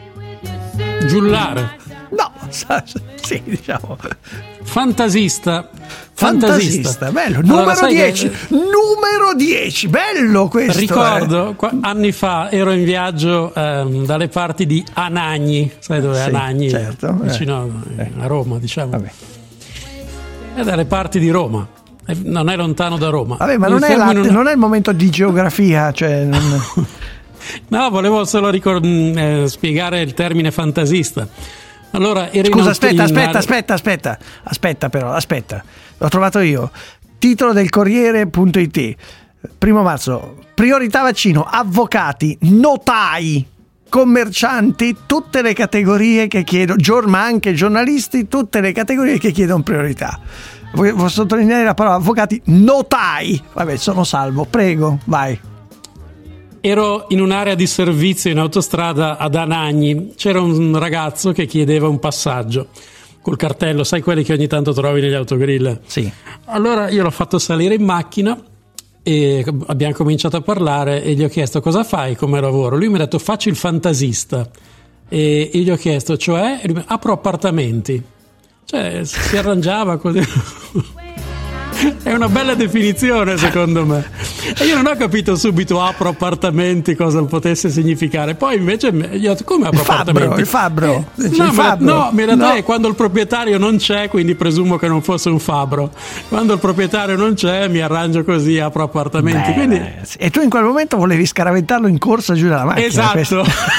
Giullare. No, sì, diciamo. Fantasista, bello. Numero 10, numero 10, bello questo. Ricordo, anni fa ero in viaggio dalle parti di Anagni, sai dove è Anagni? Certo, vicino a Roma, diciamo. Vabbè. È dalle parti di Roma, non è lontano da Roma. Vabbè, ma non è il momento di geografia, cioè non... No, volevo solo spiegare il termine fantasista. Allora, scusa, aspetta, l'ho trovato io. Titolo del Corriere.it, 1 marzo, priorità vaccino, avvocati, notai, commercianti, tutte le categorie che chiedono, ma anche giornalisti, tutte le categorie che chiedono priorità. Voglio sottolineare la parola avvocati, notai. Vabbè, sono salvo, prego, vai. Ero in un'area di servizio in autostrada ad Anagni, c'era un ragazzo che chiedeva un passaggio col cartello, sai quelli che ogni tanto trovi negli autogrill? Sì. Allora io l'ho fatto salire in macchina e abbiamo cominciato a parlare e gli ho chiesto cosa fai come lavoro. Lui mi ha detto faccio il fantasista e gli ho chiesto cioè, e lui, apro appartamenti, cioè si arrangiava così. È una bella definizione secondo me, e io non ho capito subito apro appartamenti cosa potesse significare, poi invece gli ho detto come apro appartamenti? Il fabbro. No, mi ha detto è quando il proprietario non c'è, quindi presumo che non fosse un fabbro, quando il proprietario non c'è mi arrangio così, apro appartamenti. Quindi... E tu in quel momento volevi scaraventarlo in corsa giù dalla macchina. Esatto.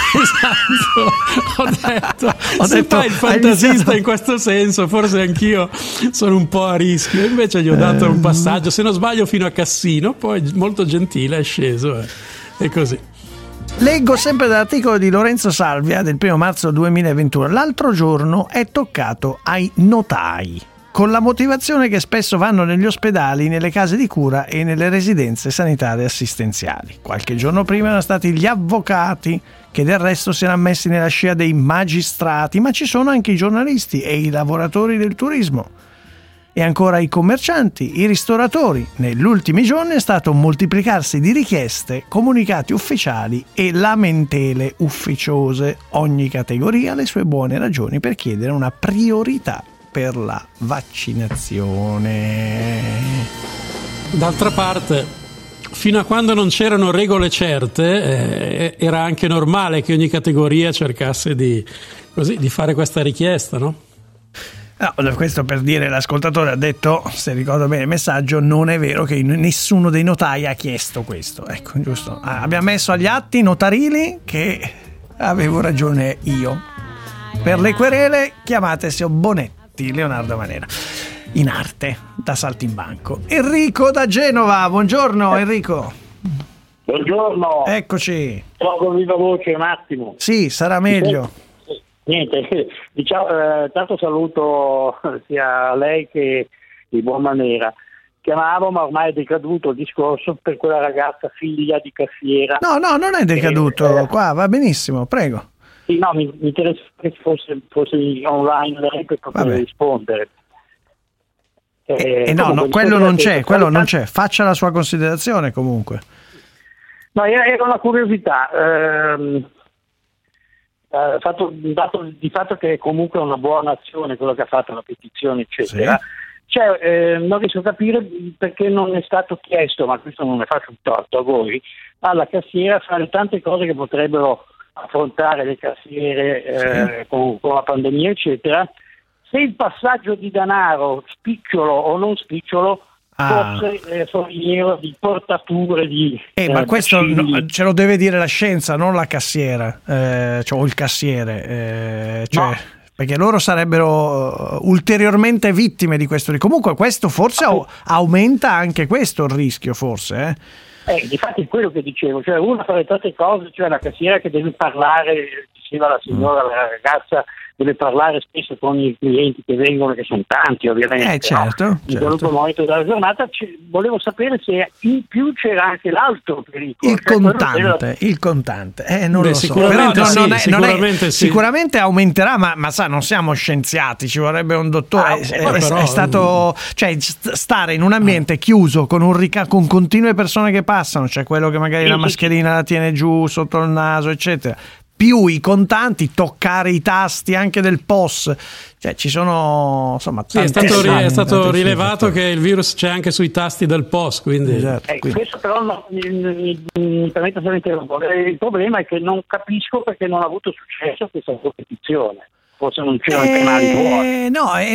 Ho detto il fantasista in questo senso, forse anch'io sono un po' a rischio, invece gli ho dato un passaggio, se non sbaglio fino a Cassino, poi molto gentile è sceso e così. Leggo sempre dall'articolo di Lorenzo Salvia del 1 marzo 2021. L'altro giorno è toccato ai notai, con la motivazione che spesso vanno negli ospedali, nelle case di cura e nelle residenze sanitarie assistenziali. Qualche giorno prima erano stati gli avvocati, che del resto si erano messi nella scia dei magistrati, ma ci sono anche i giornalisti e i lavoratori del turismo. E ancora i commercianti, i ristoratori. Negli ultimi giorni è stato un moltiplicarsi di richieste, comunicati ufficiali e lamentele ufficiose. Ogni categoria ha le sue buone ragioni per chiedere una priorità per la vaccinazione. D'altra parte, fino a quando non c'erano regole certe, era anche normale che ogni categoria cercasse di fare questa richiesta, no? No, questo per dire, l'ascoltatore ha detto, se ricordo bene il messaggio, non è vero che nessuno dei notai ha chiesto questo. Ecco, giusto. Abbiamo messo agli atti notarili che avevo ragione io. Per le querele chiamate Sio Bonetti, Leonardo Manera. In arte, da Saltimbanco. Enrico da Genova, buongiorno Enrico. Buongiorno. Eccoci. Sto con viva voce un attimo. Sì, sarà meglio. Niente, diciamo, tanto saluto sia lei che di buon Manera. Chiamavo, ma ormai è decaduto il discorso per quella ragazza figlia di cassiera. No, non è decaduto, qua va benissimo, prego. Sì, no, mi interessa che fosse online lei per poter rispondere. No, quello non c'è, faccia la sua considerazione comunque. No, era una curiosità. Dato di fatto che è comunque una buona azione quello che ha fatto la petizione eccetera, sì. Non riesco a capire perché non è stato chiesto, ma questo non ne faccio un torto a voi, alla cassiera fare tante cose che potrebbero affrontare le cassiere con la pandemia eccetera, se il passaggio di denaro spicciolo o non spicciolo fosse foriero di portature di ma questo ce lo deve dire la scienza, non la cassiera, o il cassiere, no. Perché loro sarebbero ulteriormente vittime di questo. Comunque questo forse aumenta anche questo il rischio, forse. Difatti è quello che dicevo, cioè uno fa tante cose, cioè la cassiera che deve parlare, diceva la signora, la ragazza, deve parlare spesso con i clienti che vengono, che sono tanti ovviamente, certo. In qualunque momento della giornata. Volevo sapere se in più c'era anche l'altro pericolo, il contante. Non lo so. Sicuramente sicuramente aumenterà, ma sa, non siamo scienziati, ci vorrebbe un dottore. È stato, cioè, stare in un ambiente chiuso con con continue persone che passano, cioè quello che magari la mascherina la tiene giù sotto il naso eccetera, più i contanti, toccare i tasti anche del POS, cioè ci sono insomma è stato rilevato che il virus c'è anche sui tasti del POS, quindi questo però mi permette solamente il problema è che non capisco perché non ha avuto successo questa competizione. Forse non c'erano canali buoni.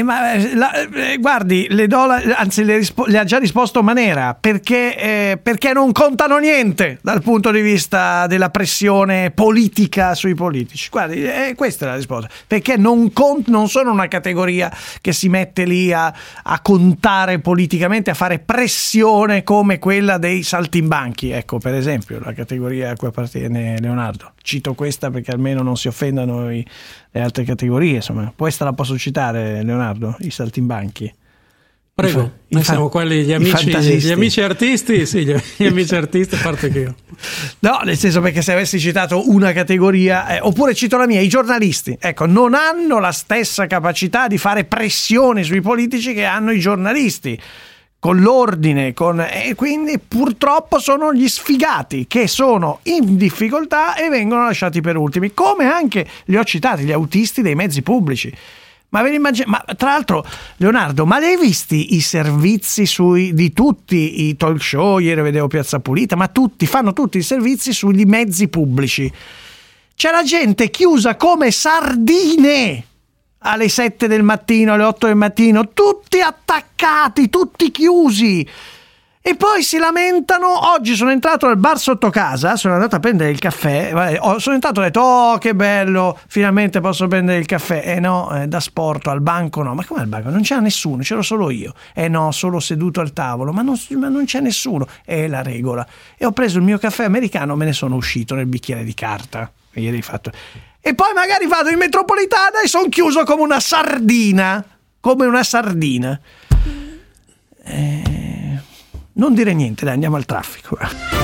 Guardi, le ha già risposto Manera, perché non contano niente dal punto di vista della pressione politica sui politici. Guardi, questa è la risposta, perché non sono una categoria che si mette lì a contare politicamente, a fare pressione come quella dei saltimbanchi, ecco, per esempio, la categoria a cui appartiene Leonardo. Cito questa perché almeno non si offendano le altre categorie, insomma. Questa la posso citare, Leonardo, i saltimbanchi. Prego, noi siamo quelli, gli amici artisti, sì, gli amici artisti, a parte che io. No, nel senso, perché se avessi citato una categoria, oppure cito la mia, i giornalisti, ecco, non hanno la stessa capacità di fare pressione sui politici che hanno i giornalisti. con l'ordine, e quindi purtroppo sono gli sfigati che sono in difficoltà e vengono lasciati per ultimi, come anche li ho citati, gli autisti dei mezzi pubblici. Ma tra l'altro, Leonardo, ma li hai visti i servizi di tutti i talk show? Ieri vedevo Piazza Pulita, ma fanno tutti i servizi sugli mezzi pubblici. C'è la gente chiusa come sardine alle 7 del mattino, alle 8 del mattino, tutti attaccati, tutti chiusi. E poi si lamentano. Oggi sono entrato al bar sotto casa, sono andato a prendere il caffè, sono entrato e ho detto: oh, che bello, finalmente posso prendere il caffè. No, da sport, al banco no. Ma come al banco? Non c'era nessuno, c'ero solo io. No, solo seduto al tavolo, ma non c'è nessuno. È la regola. E ho preso il mio caffè americano, me ne sono uscito nel bicchiere di carta. Ieri fatto. E poi magari vado in metropolitana e sono chiuso come una sardina. Non dire niente, dai, andiamo al traffico.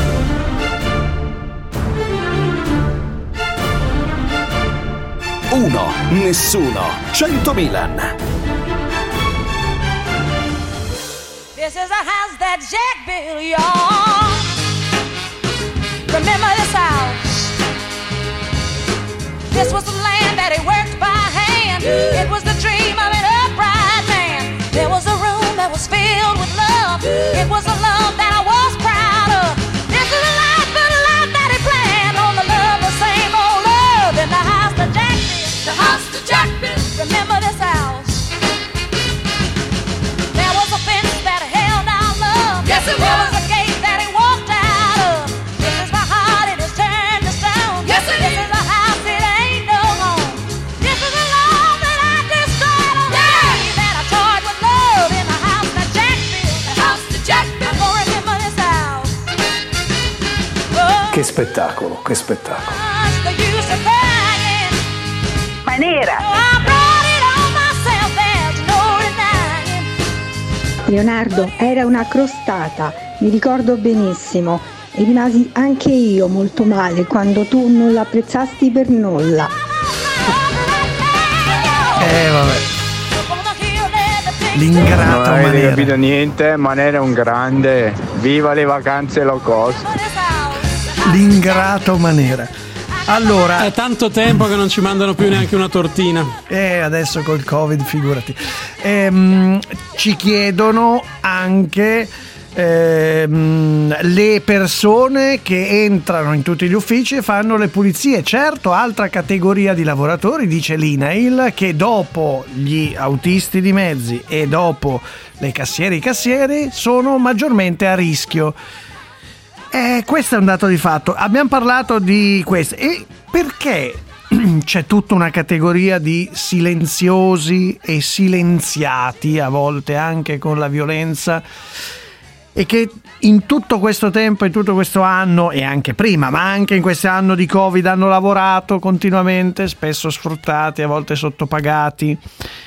Uno, nessuno, 100 Milan. This is a house that Jack built, y'all. Remember this house. This was the land that he worked by hand. It was the dream of an upright man. There was a room that was filled with love. It was a love that I was proud of. This is a life that he planned on the love, the same old love in the house that Jack built. The house that Jack built. Remember this house. There was a fence that held our love. Yes, it was. There was a gate that he walked out of. This is my heart, it is turned to stone. Yes, it is. This is a house, it ain't no home. This is a love that I destroyed on the day that I toyed with love in the house that Jack built. The house that Jack built. I'm gonna remember this house. Oh. Che spettacolo, che spettacolo. The use of crying. Manera. Oh, I brought it on myself, there's no denying. Leonardo, era una crostata, mi ricordo benissimo, e rimasi anche io molto male quando tu non l'apprezzasti per nulla. Vabbè. L'ingrato Non avete Manera. capito niente, Manera è un grande. Viva le vacanze low cost. L'ingrato Manera. Allora, è tanto tempo che non ci mandano più neanche una tortina. Adesso col Covid, figurati. Ci chiedono anche le persone che entrano in tutti gli uffici e fanno le pulizie. Certo, altra categoria di lavoratori, dice l'INAIL, che dopo gli autisti di mezzi e dopo le cassieri sono maggiormente a rischio. Questo è un dato di fatto. Abbiamo parlato di questo. E perché c'è tutta una categoria di silenziosi e silenziati, a volte anche con la violenza, e che in tutto questo tempo, in tutto questo anno e anche prima, ma anche in questo anno di Covid, hanno lavorato continuamente, spesso sfruttati, a volte sottopagati,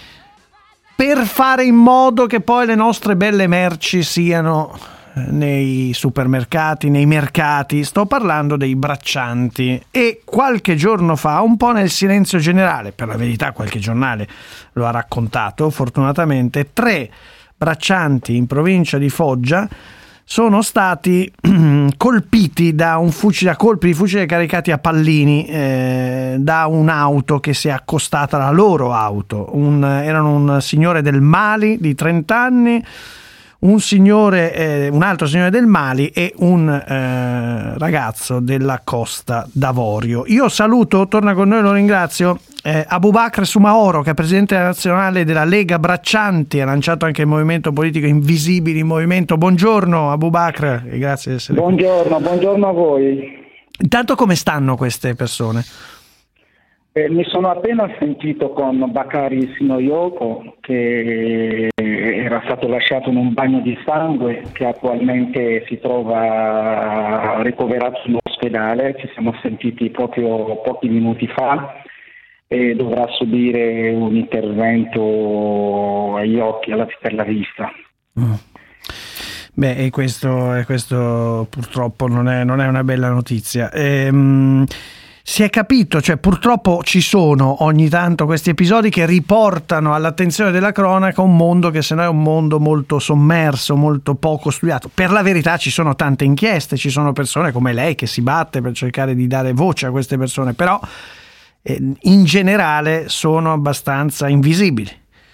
per fare in modo che poi le nostre belle merci siano nei supermercati, nei mercati. Sto parlando dei braccianti. E qualche giorno fa, un po' nel silenzio generale, per la verità qualche giornale lo ha raccontato, fortunatamente, 3 braccianti in provincia di Foggia sono stati colpiti da un fucile, a colpi di fucile caricati a pallini da un'auto che si è accostata alla loro auto. Erano un signore del Mali di 30 anni, un altro signore del Mali e un ragazzo della Costa d'Avorio. Io saluto, torna con noi, lo ringrazio, Aboubakr Soumaoro, che è presidente nazionale della Lega Braccianti, ha lanciato anche il movimento politico Invisibili Movimento. Buongiorno Aboubakr e grazie di essere qui. Buongiorno a voi. Intanto, come stanno queste persone? Mi sono appena sentito con Bakari Sinoyoko, che era stato lasciato in un bagno di sangue, che attualmente si trova ricoverato in ospedale. Ci siamo sentiti proprio pochi minuti fa e dovrà subire un intervento agli occhi, per la vista. Beh, e questo purtroppo non è una bella notizia. Si è capito, cioè purtroppo ci sono ogni tanto questi episodi che riportano all'attenzione della cronaca un mondo che se no è un mondo molto sommerso, molto poco studiato. Per la verità ci sono tante inchieste, ci sono persone come lei che si batte per cercare di dare voce a queste persone, però in generale sono abbastanza invisibili.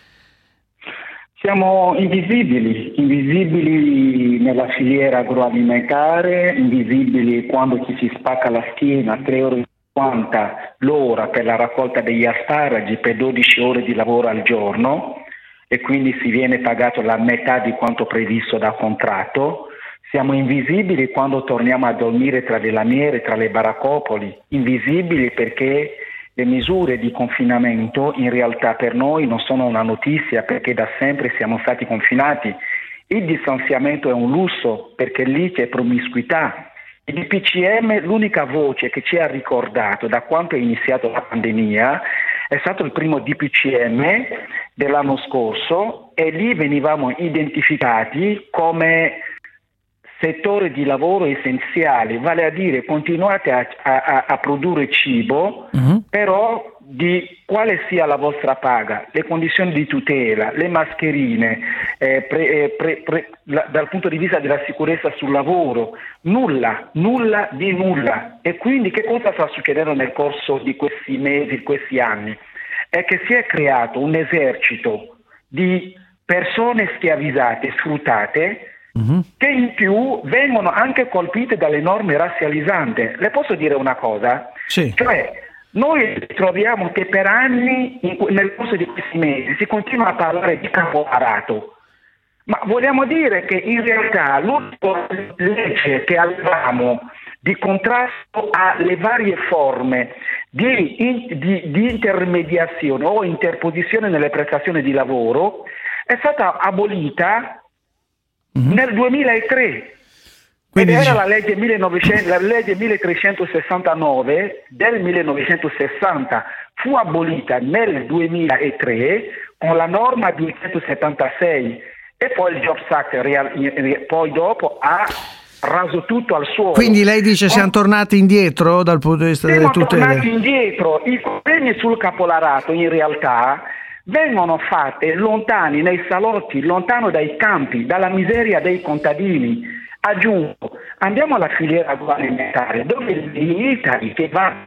Siamo invisibili nella filiera agroalimentare, invisibili quando ci si spacca la schiena, 3,50 € l'ora per la raccolta degli asparagi per 12 ore di lavoro al giorno e quindi si viene pagato la metà di quanto previsto da contratto. Siamo invisibili quando torniamo a dormire tra le lamiere, tra le baraccopoli, invisibili perché le misure di confinamento in realtà per noi non sono una notizia perché da sempre siamo stati confinati. Il distanziamento è un lusso perché lì c'è promiscuità. Il DPCM, l'unica voce che ci ha ricordato da quando è iniziata la pandemia, è stato il primo DPCM dell'anno scorso e lì venivamo identificati come settore di lavoro essenziale, vale a dire continuate a produrre cibo, però di quale sia la vostra paga, le condizioni di tutela, le mascherine, dal punto di vista della sicurezza sul lavoro, nulla di nulla. E quindi che cosa sta succedendo nel corso di questi mesi, questi anni? È che si è creato un esercito di persone schiavizzate, sfruttate, che in più vengono anche colpite dalle norme razzializzanti. Le posso dire una cosa? Sì. Cioè, noi troviamo che per anni, nel corso di questi mesi, si continua a parlare di capolarato, ma vogliamo dire che in realtà l'unica legge che avevamo di contrasto alle varie forme di intermediazione o interposizione nelle prestazioni di lavoro è stata abolita nel 2003. Ed era la legge 1369 del 1960, fu abolita nel 2003 con la norma 276 e poi il Jobs Act poi dopo ha raso tutto al suolo. Quindi lei dice siamo tornati indietro dal punto di vista delle tutele? Siamo tornati indietro. I convegni sul capolarato in realtà vengono fatte lontani nei salotti, lontano dai campi, dalla miseria dei contadini. Aggiungo, andiamo alla filiera agroalimentare dove il militari che va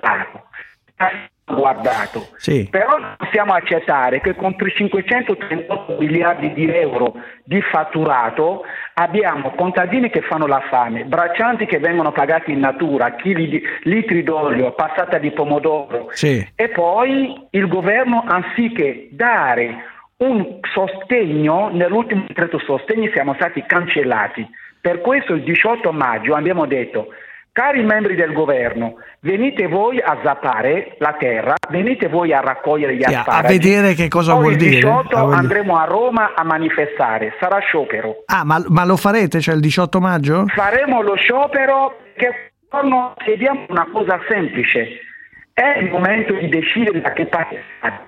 guardato, sì. Però non possiamo accettare che con 538 miliardi di euro di fatturato abbiamo contadini che fanno la fame, braccianti che vengono pagati in natura, litri d'olio, passata di pomodoro, sì. E poi il governo, anziché dare un sostegno, nell'ultimo decreto sostegni siamo stati cancellati. Per questo il 18 maggio abbiamo detto: cari membri del governo, venite voi a zappare la terra, venite voi a raccogliere gli asparagi. A vedere che cosa vuol dire. Il 18 andremo a Roma a manifestare, sarà sciopero. Ah, ma lo farete, cioè il 18 maggio? Faremo lo sciopero perché chiediamo una cosa semplice. È il momento di decidere da che parte stare.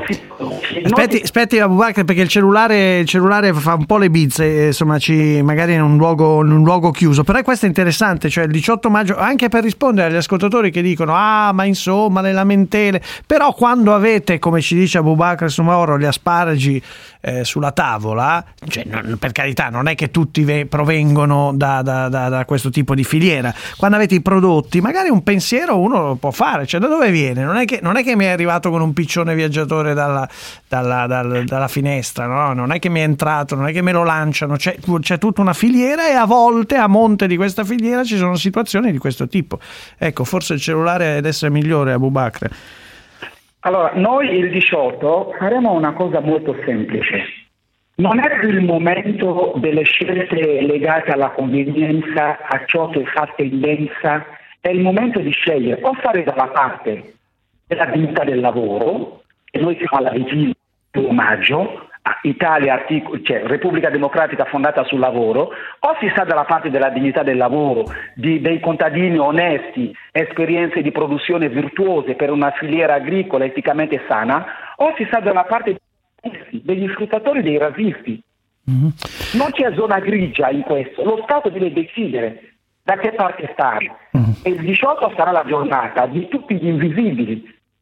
Aspetti Abubakr, perché il cellulare fa un po' le bizze, insomma, magari in un luogo chiuso, però questo è interessante, cioè il 18 maggio, anche per rispondere agli ascoltatori che dicono ma insomma le lamentele, però quando avete, come ci dice Abubakr Soumahoro, gli asparagi sulla tavola, cioè, per carità, non è che tutti provengono da questo tipo di filiera, quando avete i prodotti magari un pensiero uno lo può fare, cioè da dove viene? Non è che mi è arrivato con un piccione viaggiatore dalla finestra, no? Non è che mi è entrato, non è che me lo lanciano, c'è tutta una filiera e a volte a monte di questa filiera ci sono situazioni di questo tipo. Ecco, forse il cellulare adesso è migliore, Abubakr. Allora, noi il 18 faremo una cosa molto semplice. Non è il momento delle scelte legate alla convenienza, a ciò che fa tendenza, è il momento di scegliere o stare dalla parte della dignità del lavoro, e noi siamo alla vigilia del maggio, Italia, Repubblica Democratica fondata sul lavoro, o si sta dalla parte della dignità del lavoro, dei contadini onesti, esperienze di produzione virtuose per una filiera agricola eticamente sana, o si sta dalla parte degli sfruttatori, dei razzisti. Non c'è zona grigia in questo, lo Stato deve decidere. da che parte stare. E il 18 sarà la giornata di tutti gli invisibili,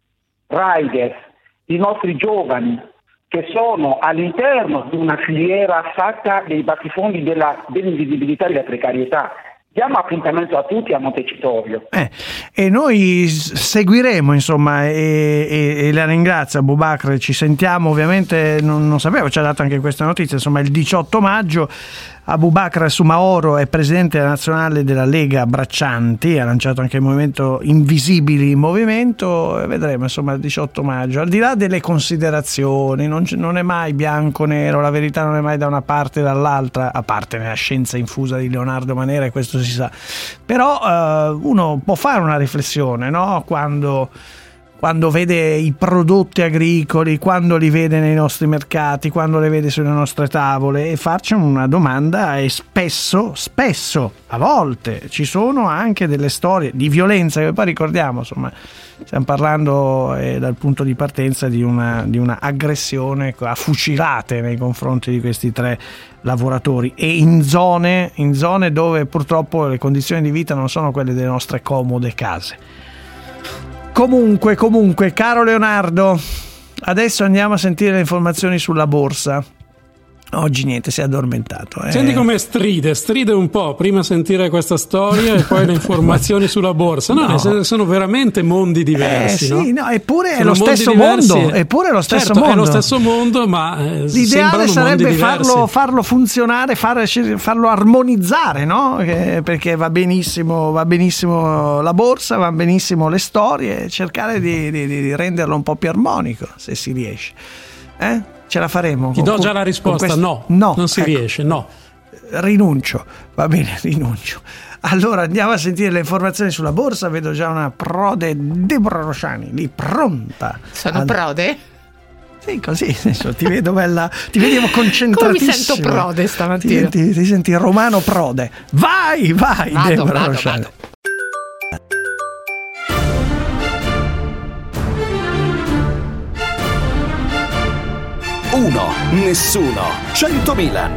riders, i nostri giovani, che sono all'interno di una filiera fatta dei battifondi dell'invisibilità e della precarietà. Diamo appuntamento a tutti a Montecitorio. E noi seguiremo, insomma, e la ringrazio Aboubakr, ci sentiamo, ovviamente non sapevo, ci ha dato anche questa notizia, insomma il 18 maggio Aboubakr Soumaoro è presidente nazionale della Lega Braccianti, ha lanciato anche il movimento Invisibili in Movimento, e vedremo insomma il 18 maggio, al di là delle considerazioni, non è mai bianco o nero, la verità non è mai da una parte o dall'altra, a parte nella scienza infusa di Leonardo Manera, e questo si sa, però uno può fare una riflessione, no? Quando vede i prodotti agricoli, quando li vede nei nostri mercati, quando li vede sulle nostre tavole, e farci una domanda, e spesso, a volte, ci sono anche delle storie di violenza, che poi ricordiamo, insomma, stiamo parlando dal punto di partenza di una aggressione a fucilate nei confronti di questi 3 lavoratori, e in zone dove purtroppo le condizioni di vita non sono quelle delle nostre comode case. Comunque, caro Leonardo, adesso andiamo a sentire le informazioni sulla borsa. Oggi niente, si è addormentato. Senti come stride un po', prima sentire questa storia e poi le informazioni sulla borsa. No. Sono veramente mondi diversi. Sì, no? Eppure è lo stesso mondo. Eppure è lo stesso mondo. È lo stesso mondo, ma l'ideale sarebbe farlo funzionare, farlo armonizzare, no? Perché va benissimo la borsa, va benissimo le storie, cercare di renderlo un po' più armonico, se si riesce. Ce la faremo? Ti do già la risposta, no, non si riesce, no. Rinuncio, va bene, rinuncio. Allora andiamo a sentire le informazioni sulla borsa, vedo già una prode, Deborah Rosciani, lì pronta. Sono prode? Sì, così, ti vedo bella, ti vediamo concentratissima. Come mi sento prode stamattina? Ti senti romano prode. Vai, Deborah Rosciani. Vado. 1, nessuno, 100 Milan.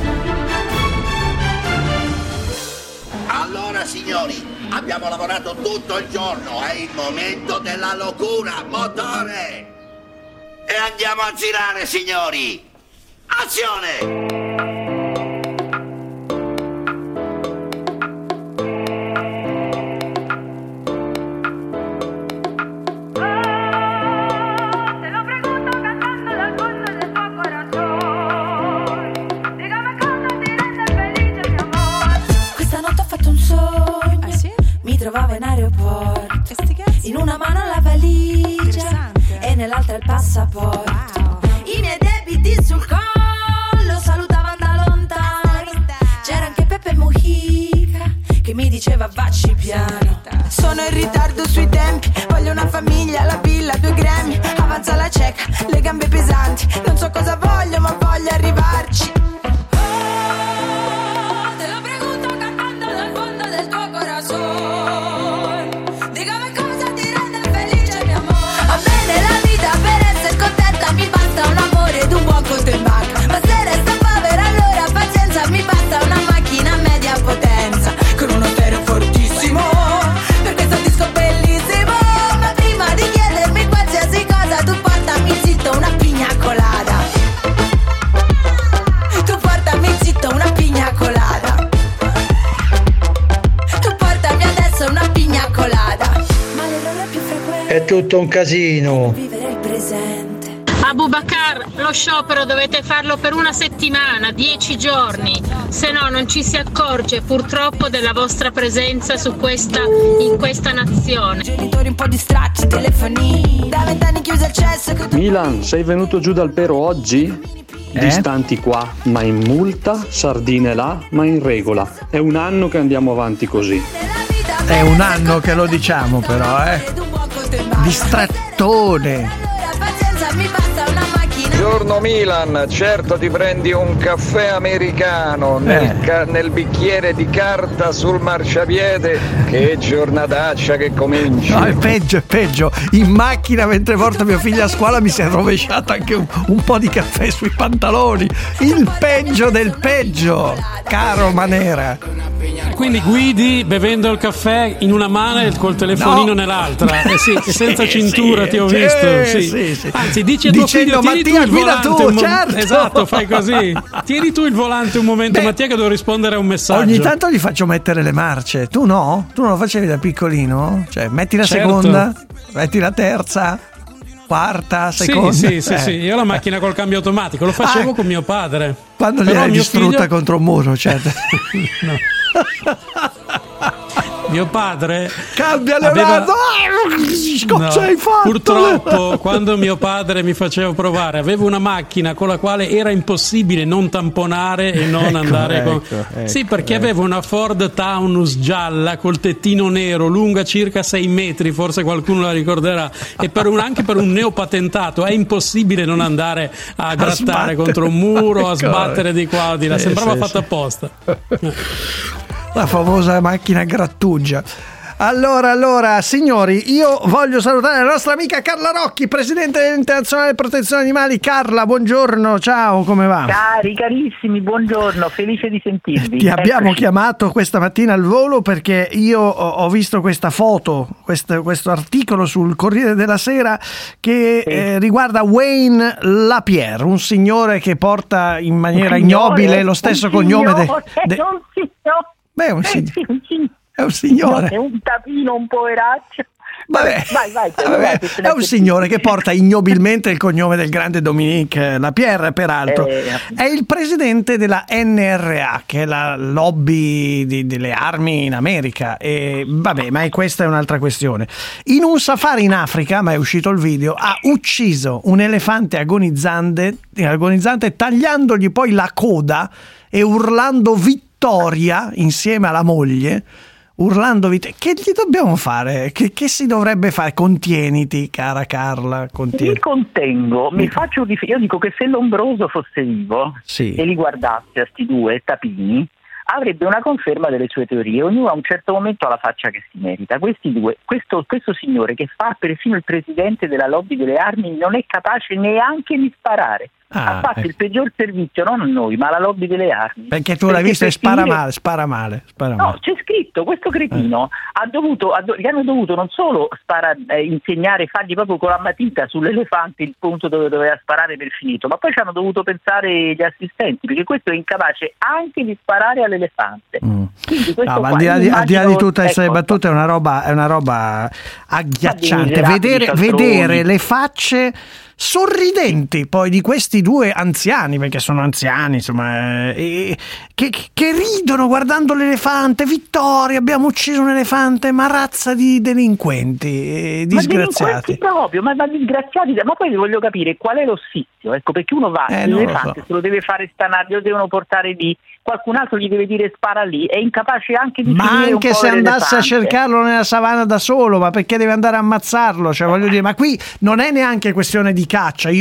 Allora signori, abbiamo lavorato tutto il giorno, è il momento della locura, motore! E andiamo a girare signori! Azione! Trovavo in aeroporto, in una mano la valigia e nell'altra il passaporto. I miei debiti sul collo salutavano da lontano. C'era anche Peppe Mujica che mi diceva vacci piano. Sono in ritardo sui tempi, voglio una famiglia, la villa, 2 Grammy. Avanza la cieca, le gambe pesanti. Non so cosa voglio ma voglio arrivarci. Te lo pregunto cantando dal fondo del tuo corazon. Mi basta un amore ed un buon conto in banca. Ma se resta povera allora pazienza, mi basta una macchina a media potenza con uno stereo fortissimo per questo disco bellissimo. Ma prima di chiedermi qualsiasi cosa tu portami zitto una pigna colada. Tu portami zitto una pigna colada. Tu portami adesso una pigna colada. Ma l'errore più frequente è tutto un casino. Vivere il presente. Aboubakr, lo sciopero dovete farlo per una settimana, 10 giorni, se no non ci si accorge purtroppo della vostra presenza in questa nazione. Genitori un po' distratti, telefoni, da 20 anni chiuso il cesso. Milan, sei venuto giù dal Pero oggi? Distanti qua, ma in multa, sardine là, ma in regola. È un anno che andiamo avanti così. È un anno che lo diciamo però, Distrattone. Buongiorno Milan, certo ti prendi un caffè americano nel bicchiere di carta sul marciapiede, che giornataccia che comincia. No, è peggio. In macchina mentre porto mio figlio a scuola mi si è rovesciato anche un po' di caffè sui pantaloni. Il peggio del peggio, caro Manera. quindi guidi bevendo il caffè in una mano e col telefonino nell'altra. Sì, senza cintura ti ho visto. Sì. Anzi, dici a tuo figlio, tieni tu il volante. Certo. Esatto, fai così. Tieni tu il volante un momento, Mattia, che devo rispondere a un messaggio. Ogni tanto gli faccio mettere le marce. Tu no? Tu non lo facevi da piccolino? Cioè, metti la seconda, metti la terza, quarta, seconda. Sì. Io la macchina col cambio automatico lo facevo con mio padre. Quando gliel'hai distrutta contro un muro, certo. No. Mio padre cambia Leonardo, cosa hai fatto? Purtroppo quando mio padre mi faceva provare, avevo una macchina con la quale era impossibile non tamponare e non andare con... Sì, perché avevo una Ford Taunus gialla col tettino nero, lunga circa 6 metri, forse qualcuno la ricorderà, e anche per un neopatentato è impossibile non andare a grattare contro un muro, a sbattere di qua o di là, sembrava fatta apposta. La famosa macchina grattugia. Allora, signori, io voglio salutare la nostra amica Carla Rocchi, presidente dell'Internazionale Protezione Animali. Carla, buongiorno, ciao, come va? Carissimi, buongiorno, felice di sentirvi. Ti abbiamo chiamato questa mattina al volo perché io ho visto questa foto, questo articolo sul Corriere della Sera che riguarda Wayne Lapierre, un signore che porta in maniera ignobile lo stesso cognome Beh, è un signore. È un tapino, un poveraccio. Vabbè. È un signore che porta ignobilmente il cognome del grande Dominique Lapierre, peraltro. È il presidente della NRA, che è la lobby delle armi in America. E vabbè, ma questa è un'altra questione. In un safari in Africa, ma è uscito il video, ha ucciso un elefante agonizzante tagliandogli poi la coda e urlando vittoria insieme alla moglie. Che gli dobbiamo fare? Che si dovrebbe fare? Contieniti, cara Carla. Mi contengo, io dico che se Lombroso fosse vivo e li guardasse a sti due tapini, avrebbe una conferma delle sue teorie. Ognuno a un certo momento ha la faccia che si merita. Questi due, questo signore che fa persino il presidente della lobby delle armi, non è capace neanche di sparare. Ha fatto il peggior servizio non a noi ma alla lobby delle armi, perché tu l'hai visto e spara male. No, c'è scritto, questo cretino gli hanno dovuto non solo insegnare, fargli proprio con la matita sull'elefante il punto dove doveva sparare per finito, ma poi ci hanno dovuto pensare gli assistenti, perché questo è incapace anche di sparare all'elefante. Quindi questo al di là di tutte essere battute è una roba agghiacciante vedere le facce sorridenti poi di questi due anziani, perché sono anziani, insomma, che ridono guardando l'elefante. Vittoria, abbiamo ucciso un elefante, ma razza di delinquenti, disgraziati. Ma disgraziati, ma poi voglio capire qual è l'ossizio, ecco, perché uno va l'elefante, se lo deve fare stanare, lo devono portare lì, qualcun altro gli deve dire spara lì, è incapace anche di ma anche se andasse a cercarlo nella savana da solo, ma perché deve andare a ammazzarlo? Cioè, voglio dire, ma qui non è neanche questione di caccia.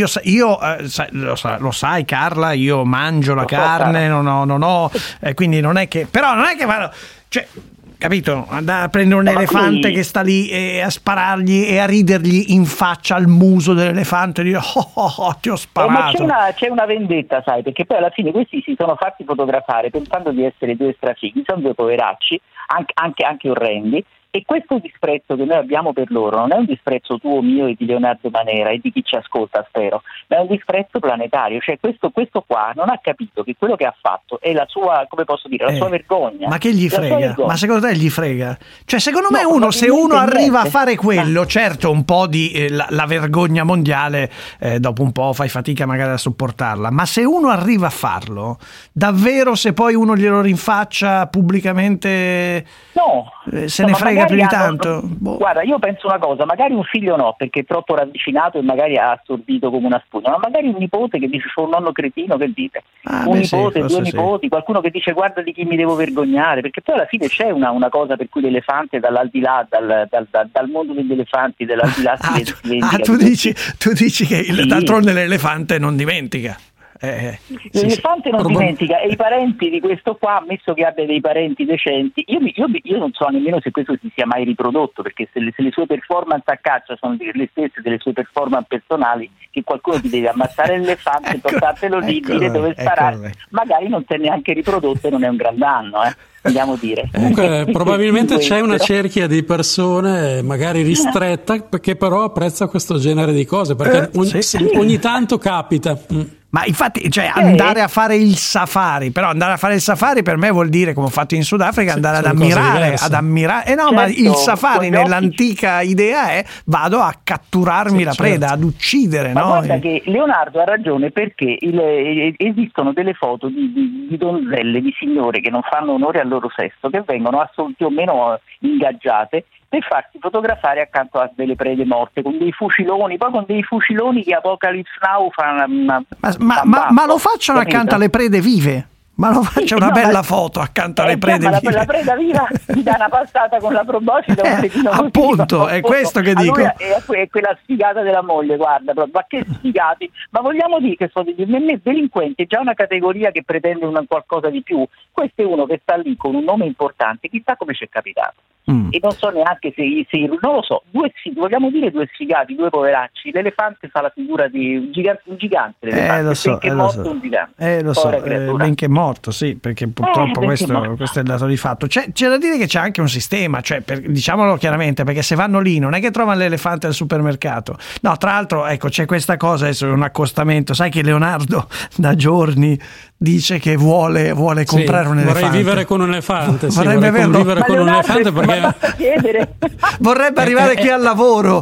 Lo sai, Carla, io mangio la carne, non ho quindi non è che vado, cioè, capito, andare a prendere un elefante che sta lì e a sparargli e a ridergli in faccia al muso dell'elefante e dire ti ho sparato. Ma c'è una vendetta, sai, perché poi alla fine questi si sono fatti fotografare pensando di essere due strafighi, sono due poveracci anche orrendi. E questo disprezzo che noi abbiamo per loro non è un disprezzo tuo, mio e di Leonardo Manera e di chi ci ascolta, spero, ma è un disprezzo planetario. Cioè questo qua non ha capito che quello che ha fatto è la sua, come posso dire, la sua vergogna. Ma che gli frega? Ma secondo te gli frega? Cioè secondo me se uno arriva a fare quello, certo un po' di la vergogna mondiale, dopo un po' fai fatica magari a sopportarla, ma se uno arriva a farlo, davvero, se poi uno glielo rinfaccia pubblicamente, se ne frega più di tanto. Guarda, io penso una cosa, magari un figlio no, perché è troppo ravvicinato e magari ha assorbito come una spugna, ma magari un nipote che dice c'ho un nonno cretino, che dite? Un nipote, due nipoti, qualcuno che dice guarda di chi mi devo vergognare, perché poi alla fine c'è una cosa per cui l'elefante dall'aldilà, dal mondo degli elefanti, dall'aldilà si dimentica. Tu dici che d'altronde l'elefante non dimentica. L'elefante non dimentica, e i parenti di questo qua, ammesso che abbia dei parenti decenti, io non so nemmeno se questo si sia mai riprodotto, perché se le sue performance a caccia sono le stesse delle sue performance personali, che qualcuno ti deve ammazzare l'elefante, portartelo lì, dire dove sparare, magari non si è neanche riprodotto e non è un gran danno, vogliamo dire. Comunque probabilmente c'è una cerchia di persone magari ristretta che però apprezza questo genere di cose, perché ogni tanto capita. Ma infatti, cioè, andare a fare il safari, però andare a fare il safari per me vuol dire, come ho fatto in Sudafrica, andare ad ammirare. Ma il safari nell'antica idea è vado a catturarmi la preda, ad uccidere. Ma no? Guarda che Leonardo ha ragione, perché esistono delle foto di donzelle, di signore che non fanno onore al loro sesso, che vengono più o meno ingaggiate per farsi fotografare accanto a delle prede morte con dei fuciloni, poi con dei fuciloni che Apocalypse Now fa ma lo facciano accanto alle prede vive. Ma lo faccia una bella foto accanto alle prede vive. La preda viva ti dà una passata con la proboscide appunto, è questo che dico. È quella sfigata della moglie, guarda, ma che sfigati. Ma vogliamo dire che sono degli delinquenti, è già una categoria che pretende qualcosa di più. Questo è uno che sta lì con un nome importante, chissà come ci è capitato. E non so neanche se non lo so, vogliamo dire due sfigati, due poveracci. L'elefante fa la figura di un gigante, lo so, morto un gigante. Lo so, benché morto, sì, perché purtroppo questo è il dato di fatto. C'è da dire che c'è anche un sistema, cioè diciamolo chiaramente, perché se vanno lì non è che trovano l'elefante al supermercato. No, tra l'altro, ecco, c'è questa cosa, adesso è un accostamento, sai che Leonardo da giorni dice che vuole comprare un elefante. Vorrei vivere con un elefante, vorrebbe vivere con un elefante perché vorrebbe arrivare qui al lavoro.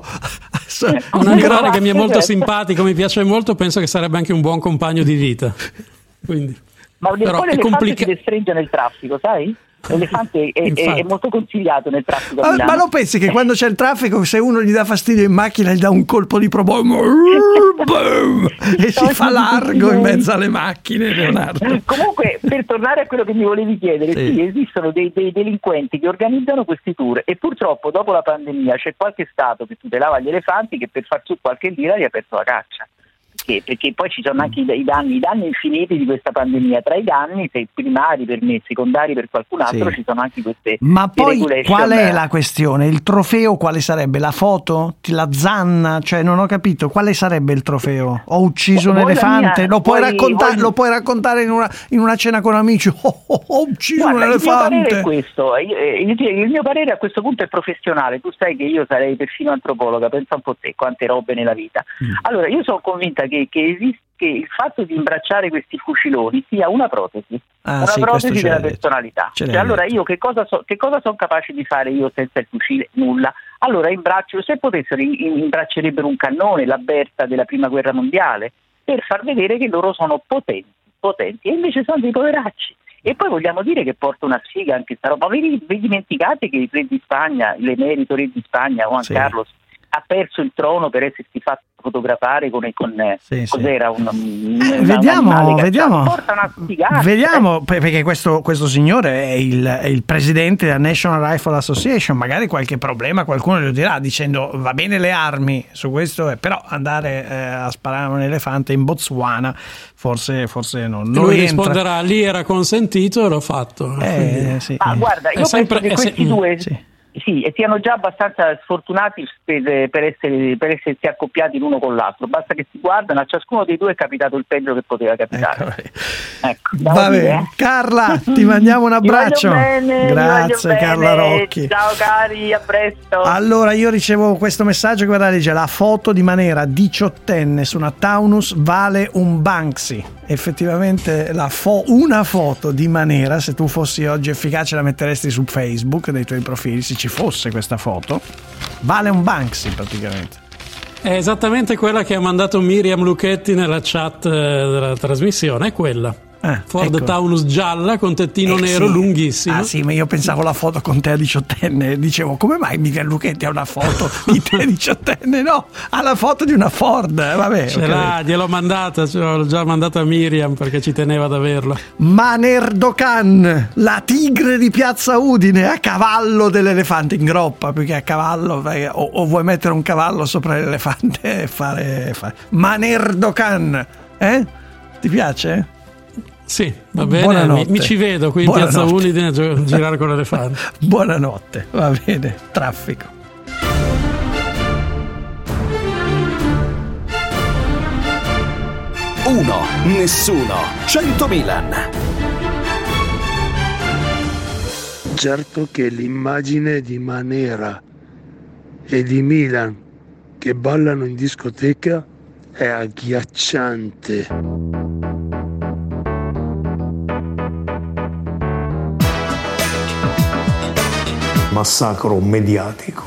Un animale che mi è molto simpatico, mi piace molto, penso che sarebbe anche un buon compagno di vita. Quindi, ma poi l'elefante si restringe nel traffico, sai? L'elefante è molto consigliato nel traffico a Milano. Ma lo pensi che quando c'è il traffico, se uno gli dà fastidio in macchina, gli dà un colpo di proboscide e si fa largo in mezzo alle macchine, Leonardo. Comunque, per tornare a quello che mi volevi chiedere, sì, esistono dei delinquenti che organizzano questi tour, e purtroppo dopo la pandemia c'è qualche stato che tutelava gli elefanti che per far su qualche lira gli ha perso la caccia. Perché poi ci sono anche i danni infiniti di questa pandemia. Tra i danni, se primari per me, secondari per qualcun altro, ci sono anche queste. Ma poi qual è la questione? Il trofeo quale sarebbe? La foto? La zanna? Cioè non ho capito, quale sarebbe il trofeo? Ho ucciso un elefante? Lo puoi raccontare in una cena con amici? Ho ucciso un elefante. Il mio parere è questo. Il mio parere a questo punto è professionale. Tu sai che io sarei persino antropologa, pensa un po' te quante robe nella vita. Allora, io sono convinta che il fatto di imbracciare questi fuciloni sia una protesi, protesi della personalità. Cioè, allora io che cosa sono capace di fare io senza il fucile? Nulla. Allora imbraccio, se potessero imbraccerebbero un cannone, la Berta della prima guerra mondiale, per far vedere che loro sono potenti, e invece sono dei poveracci. E poi vogliamo dire che porta una sfiga anche sta roba. Vi dimenticate che il re di Spagna, l'emerito re di Spagna, Juan Carlos, ha perso il trono per essersi fatto fotografare con cos'era vediamo perché questo signore è il presidente della National Rifle Association. Magari qualche problema qualcuno lo dirà dicendo va bene le armi su questo, però andare a sparare un elefante in Botswana forse non lui risponderà lì era consentito e l'ho fatto. Guarda, io penso che questi due sì, e siano già abbastanza sfortunati per essersi accoppiati l'uno con l'altro. Basta che si guardano, a ciascuno dei due è capitato il peggio che poteva capitare. Ecco, va bene. Carla, ti mandiamo un abbraccio. Grazie Carla Rocchi. Ciao cari, a presto. Allora, io ricevo questo messaggio, guardate, c'è la foto di Manera 18enne su una Taunus vale un Banksy. Effettivamente una foto di Manera, se tu fossi oggi efficace la metteresti su Facebook dei tuoi profili, se ci fosse questa foto, vale un Banksy praticamente. È esattamente quella che ha mandato Miriam Lucchetti nella chat della trasmissione, è quella. Ford Taunus gialla con tettino nero lunghissimo. Sì, ma io pensavo la foto con te a 18enne, dicevo come mai Miriam Lucchetti ha una foto di te 18enne? No, ha la foto di una Ford, vabbè. Ce l'ha, gliel'ho mandata, l'ho già mandata a Miriam perché ci teneva ad averla. Manerdocan, la tigre di Piazza Udine, a cavallo dell'elefante in groppa, perché a cavallo o vuoi mettere un cavallo sopra l'elefante e fare Manerdocan, Ti piace? Sì, va bene, mi ci vedo qui in Piazza Unide a girare con l'elefante. Buonanotte, va bene, traffico. 1, nessuno, 100 Milan. Certo che l'immagine di Manera e di Milan che ballano in discoteca è agghiacciante. Massacro mediatico.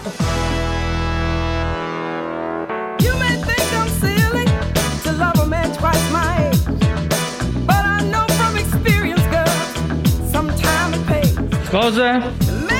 Cosa?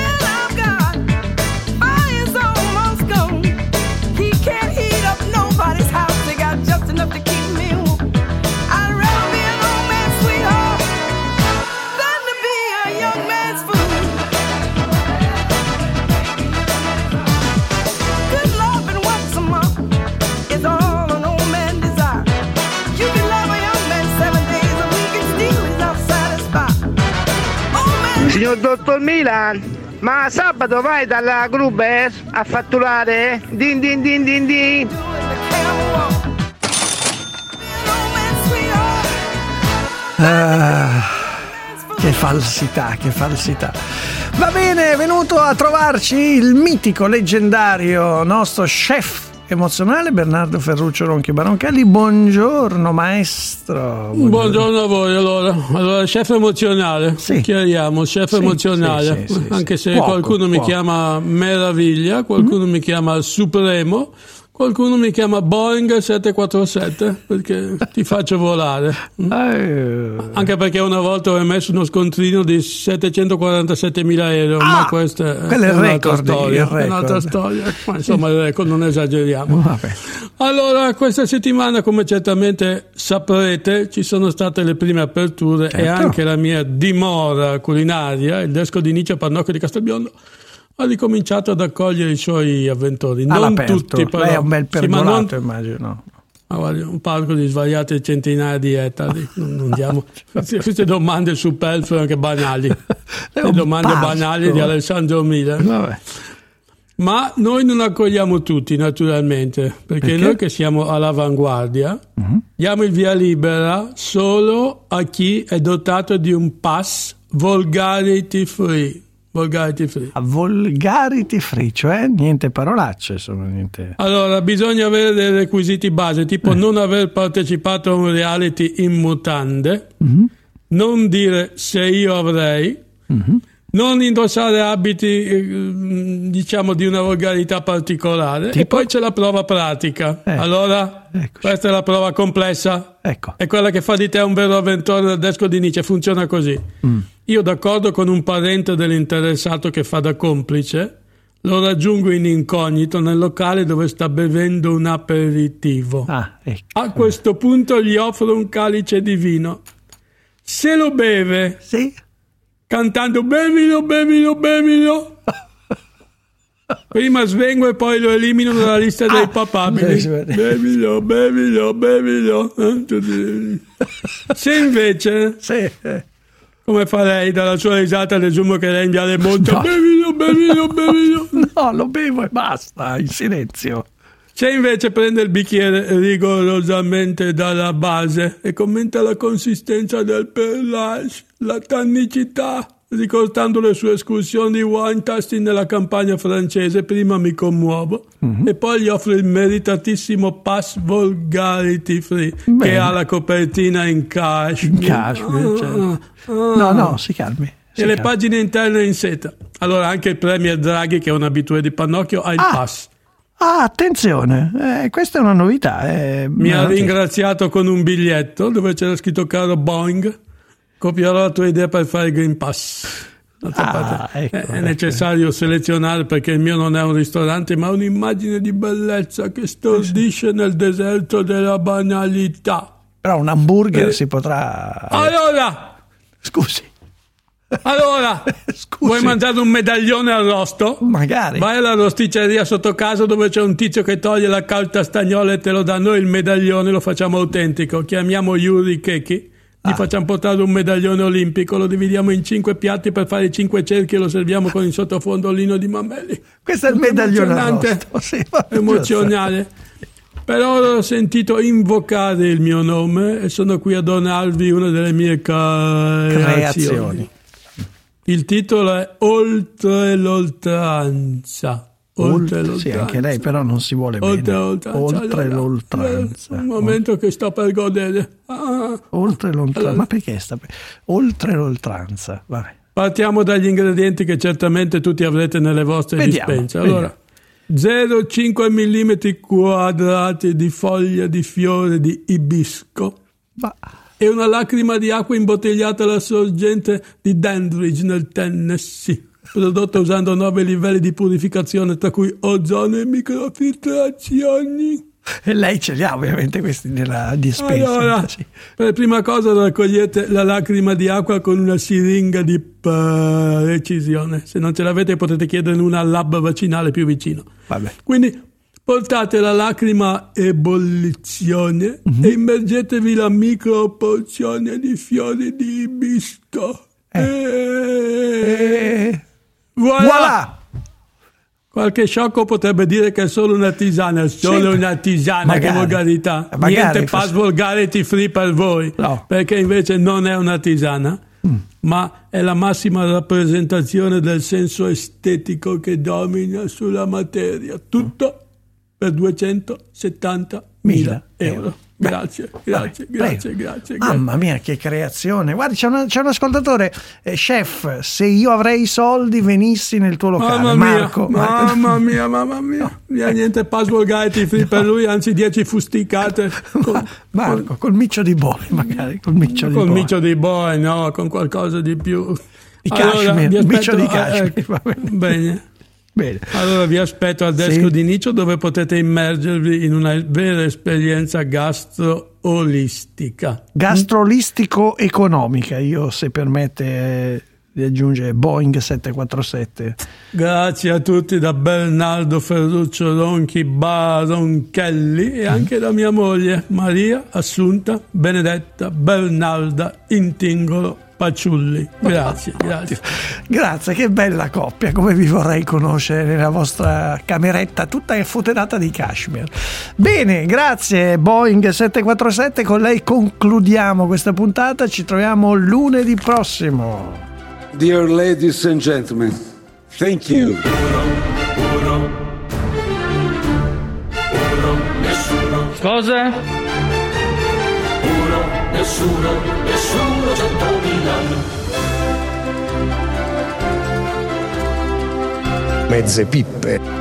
Signor dottor Milan, ma sabato vai dalla Gruber a fatturare? Din din din din din. Che falsità, che falsità. Va bene, è venuto a trovarci il mitico, leggendario nostro chef emozionale Bernardo Ferruccio Ronchi Baronchelli. Buongiorno maestro. Buongiorno a voi. Allora chef emozionale, sì. Chiariamo, chef emozionale, sì, anche se qualcuno mi chiama Meraviglia, qualcuno mi chiama Supremo, qualcuno mi chiama Boeing 747 perché ti faccio volare. Anche perché una volta ho emesso uno scontrino di 747.000 euro, ma questa è un'altra storia. È un'altra storia. Ma insomma il record non esageriamo. Vabbè. Allora, questa settimana, come certamente saprete, ci sono state le prime aperture, certo. E anche la mia dimora culinaria, il Desco di Niccia Pannocchio di Castelbiondo, ha ricominciato ad accogliere i suoi avventori. Non tutti, però. Lei è un bel pergolato, immagino. Ma guarda, un parco di svariate centinaia di ettari. Non diamo queste domande superflue, anche banali. Le domande banali di Alessandro Milan. Vabbè. Ma noi non accogliamo tutti, naturalmente, perché noi che siamo all'avanguardia diamo il via libera solo a chi è dotato di un pass Volgarity Free. Volgarity free. Volgarity free, cioè niente parolacce, insomma, niente. Allora, bisogna avere dei requisiti base, tipo non aver partecipato a un reality in mutande, non dire se io avrei, non indossare abiti diciamo di una volgarità particolare, tipo? E poi c'è la prova pratica. Allora, questa è la prova complessa, è quella che fa di te un vero avventore del Desco di Niccia. Funziona così. Io, d'accordo con un parente dell'interessato che fa da complice, lo raggiungo in incognito nel locale dove sta bevendo un aperitivo. A questo punto gli offro un calice di vino. Se lo beve, cantando bevilo, bevilo, bevilo, prima svengo e poi lo elimino dalla lista dei papabili. Bevilo, bevilo, bevilo. Se invece, come fa lei, dalla sua risata desumo che lei inviare molto, bevilo, bevilo, bevilo. No, lo bevo e basta, in silenzio. Se invece prende il bicchiere rigorosamente dalla base e commenta la consistenza del perlage, la tannicità, ricordando le sue escursioni di wine tasting nella campagna francese, prima mi commuovo e poi gli offro il meritatissimo pass Volgarity Free. Bene. Che ha la copertina in cashmere. Certo. No, si calmi. E le pagine interne in seta. Allora anche il premier Draghi, che è un abitué di Pannocchio, ha il pass. Attenzione, questa è una novità. Mi ha ringraziato con un biglietto dove c'era scritto: caro Boeing, copierò la tua idea per fare il Green Pass. È necessario selezionare, perché il mio non è un ristorante ma un'immagine di bellezza che stordisce nel deserto della banalità. Però un hamburger si potrà... Allora, scusi, Allora, vuoi mangiare un medaglione arrosto? Magari. Vai alla rosticceria sotto casa dove c'è un tizio che toglie la carta stagnola e te lo dà. Noi il medaglione lo facciamo autentico. Chiamiamo Yuri Keki, gli facciamo portare un medaglione olimpico, lo dividiamo in 5 piatti per fare 5 cerchi e lo serviamo con il sottofondolino di Mameli. Questo è il medaglione arrosto. Sì, emozionale. Però ho sentito invocare il mio nome e sono qui a donarvi una delle mie creazioni. Il titolo è Oltre l'oltranza. Oltre l'oltranza. Sì, anche lei però non si vuole bene. Oltre l'oltranza. Un momento che sto per godere. Oltre l'oltranza. Allora. Ma perché oltre l'oltranza? Vabbè. Partiamo dagli ingredienti che certamente tutti avrete nelle vostre dispense. Allora, 0,5 mm quadrati di foglia di fiore di ibisco. E una lacrima di acqua imbottigliata alla sorgente di Dandridge nel Tennessee, prodotta usando 9 livelli di purificazione tra cui ozono e microfiltrazioni. E lei ce li ha ovviamente questi nella dispensa. Allora, per prima cosa raccogliete la lacrima di acqua con una siringa di precisione. Se non ce l'avete potete chiedere una al lab vaccinale più vicino. Vabbè. Quindi portate la lacrima a ebollizione e immergetevi la micro porzione di fiori di ibisco. Voilà! Qualche sciocco potrebbe dire che è solo una tisana, una tisana, che volgarità. Niente pass volgarity free per voi, perché invece non è una tisana, ma è la massima rappresentazione del senso estetico che domina sulla materia. Tutto per 270.000 euro. Grazie. Mamma mia, che creazione. Guardi, c'è un ascoltatore, chef, se io avrei i soldi venissi nel tuo locale. Mamma mia. Niente pass volgarity free per lui, anzi 10 fusticate. Marco, col miccio di boi, magari. Col miccio di boi, no, con qualcosa di più. Il miccio di cashmere. Bene. Allora vi aspetto al desk di Nicio, dove potete immergervi in una vera esperienza gastro-olistica. Gastro-olistico-economica, io se permette di aggiungere Boeing 747. Grazie a tutti da Bernardo Ferruccio Ronchi Baronchelli e anche da mia moglie Maria Assunta Benedetta Bernarda Intingolo Paciulli. Grazie. Grazie, che bella coppia, come vi vorrei conoscere nella vostra cameretta tutta foterata di cashmere. Bene, grazie Boeing 747, con lei concludiamo questa puntata, ci troviamo lunedì prossimo. Dear ladies and gentlemen, thank you. Cosa? Nessuno 100.000. Mezze pippe.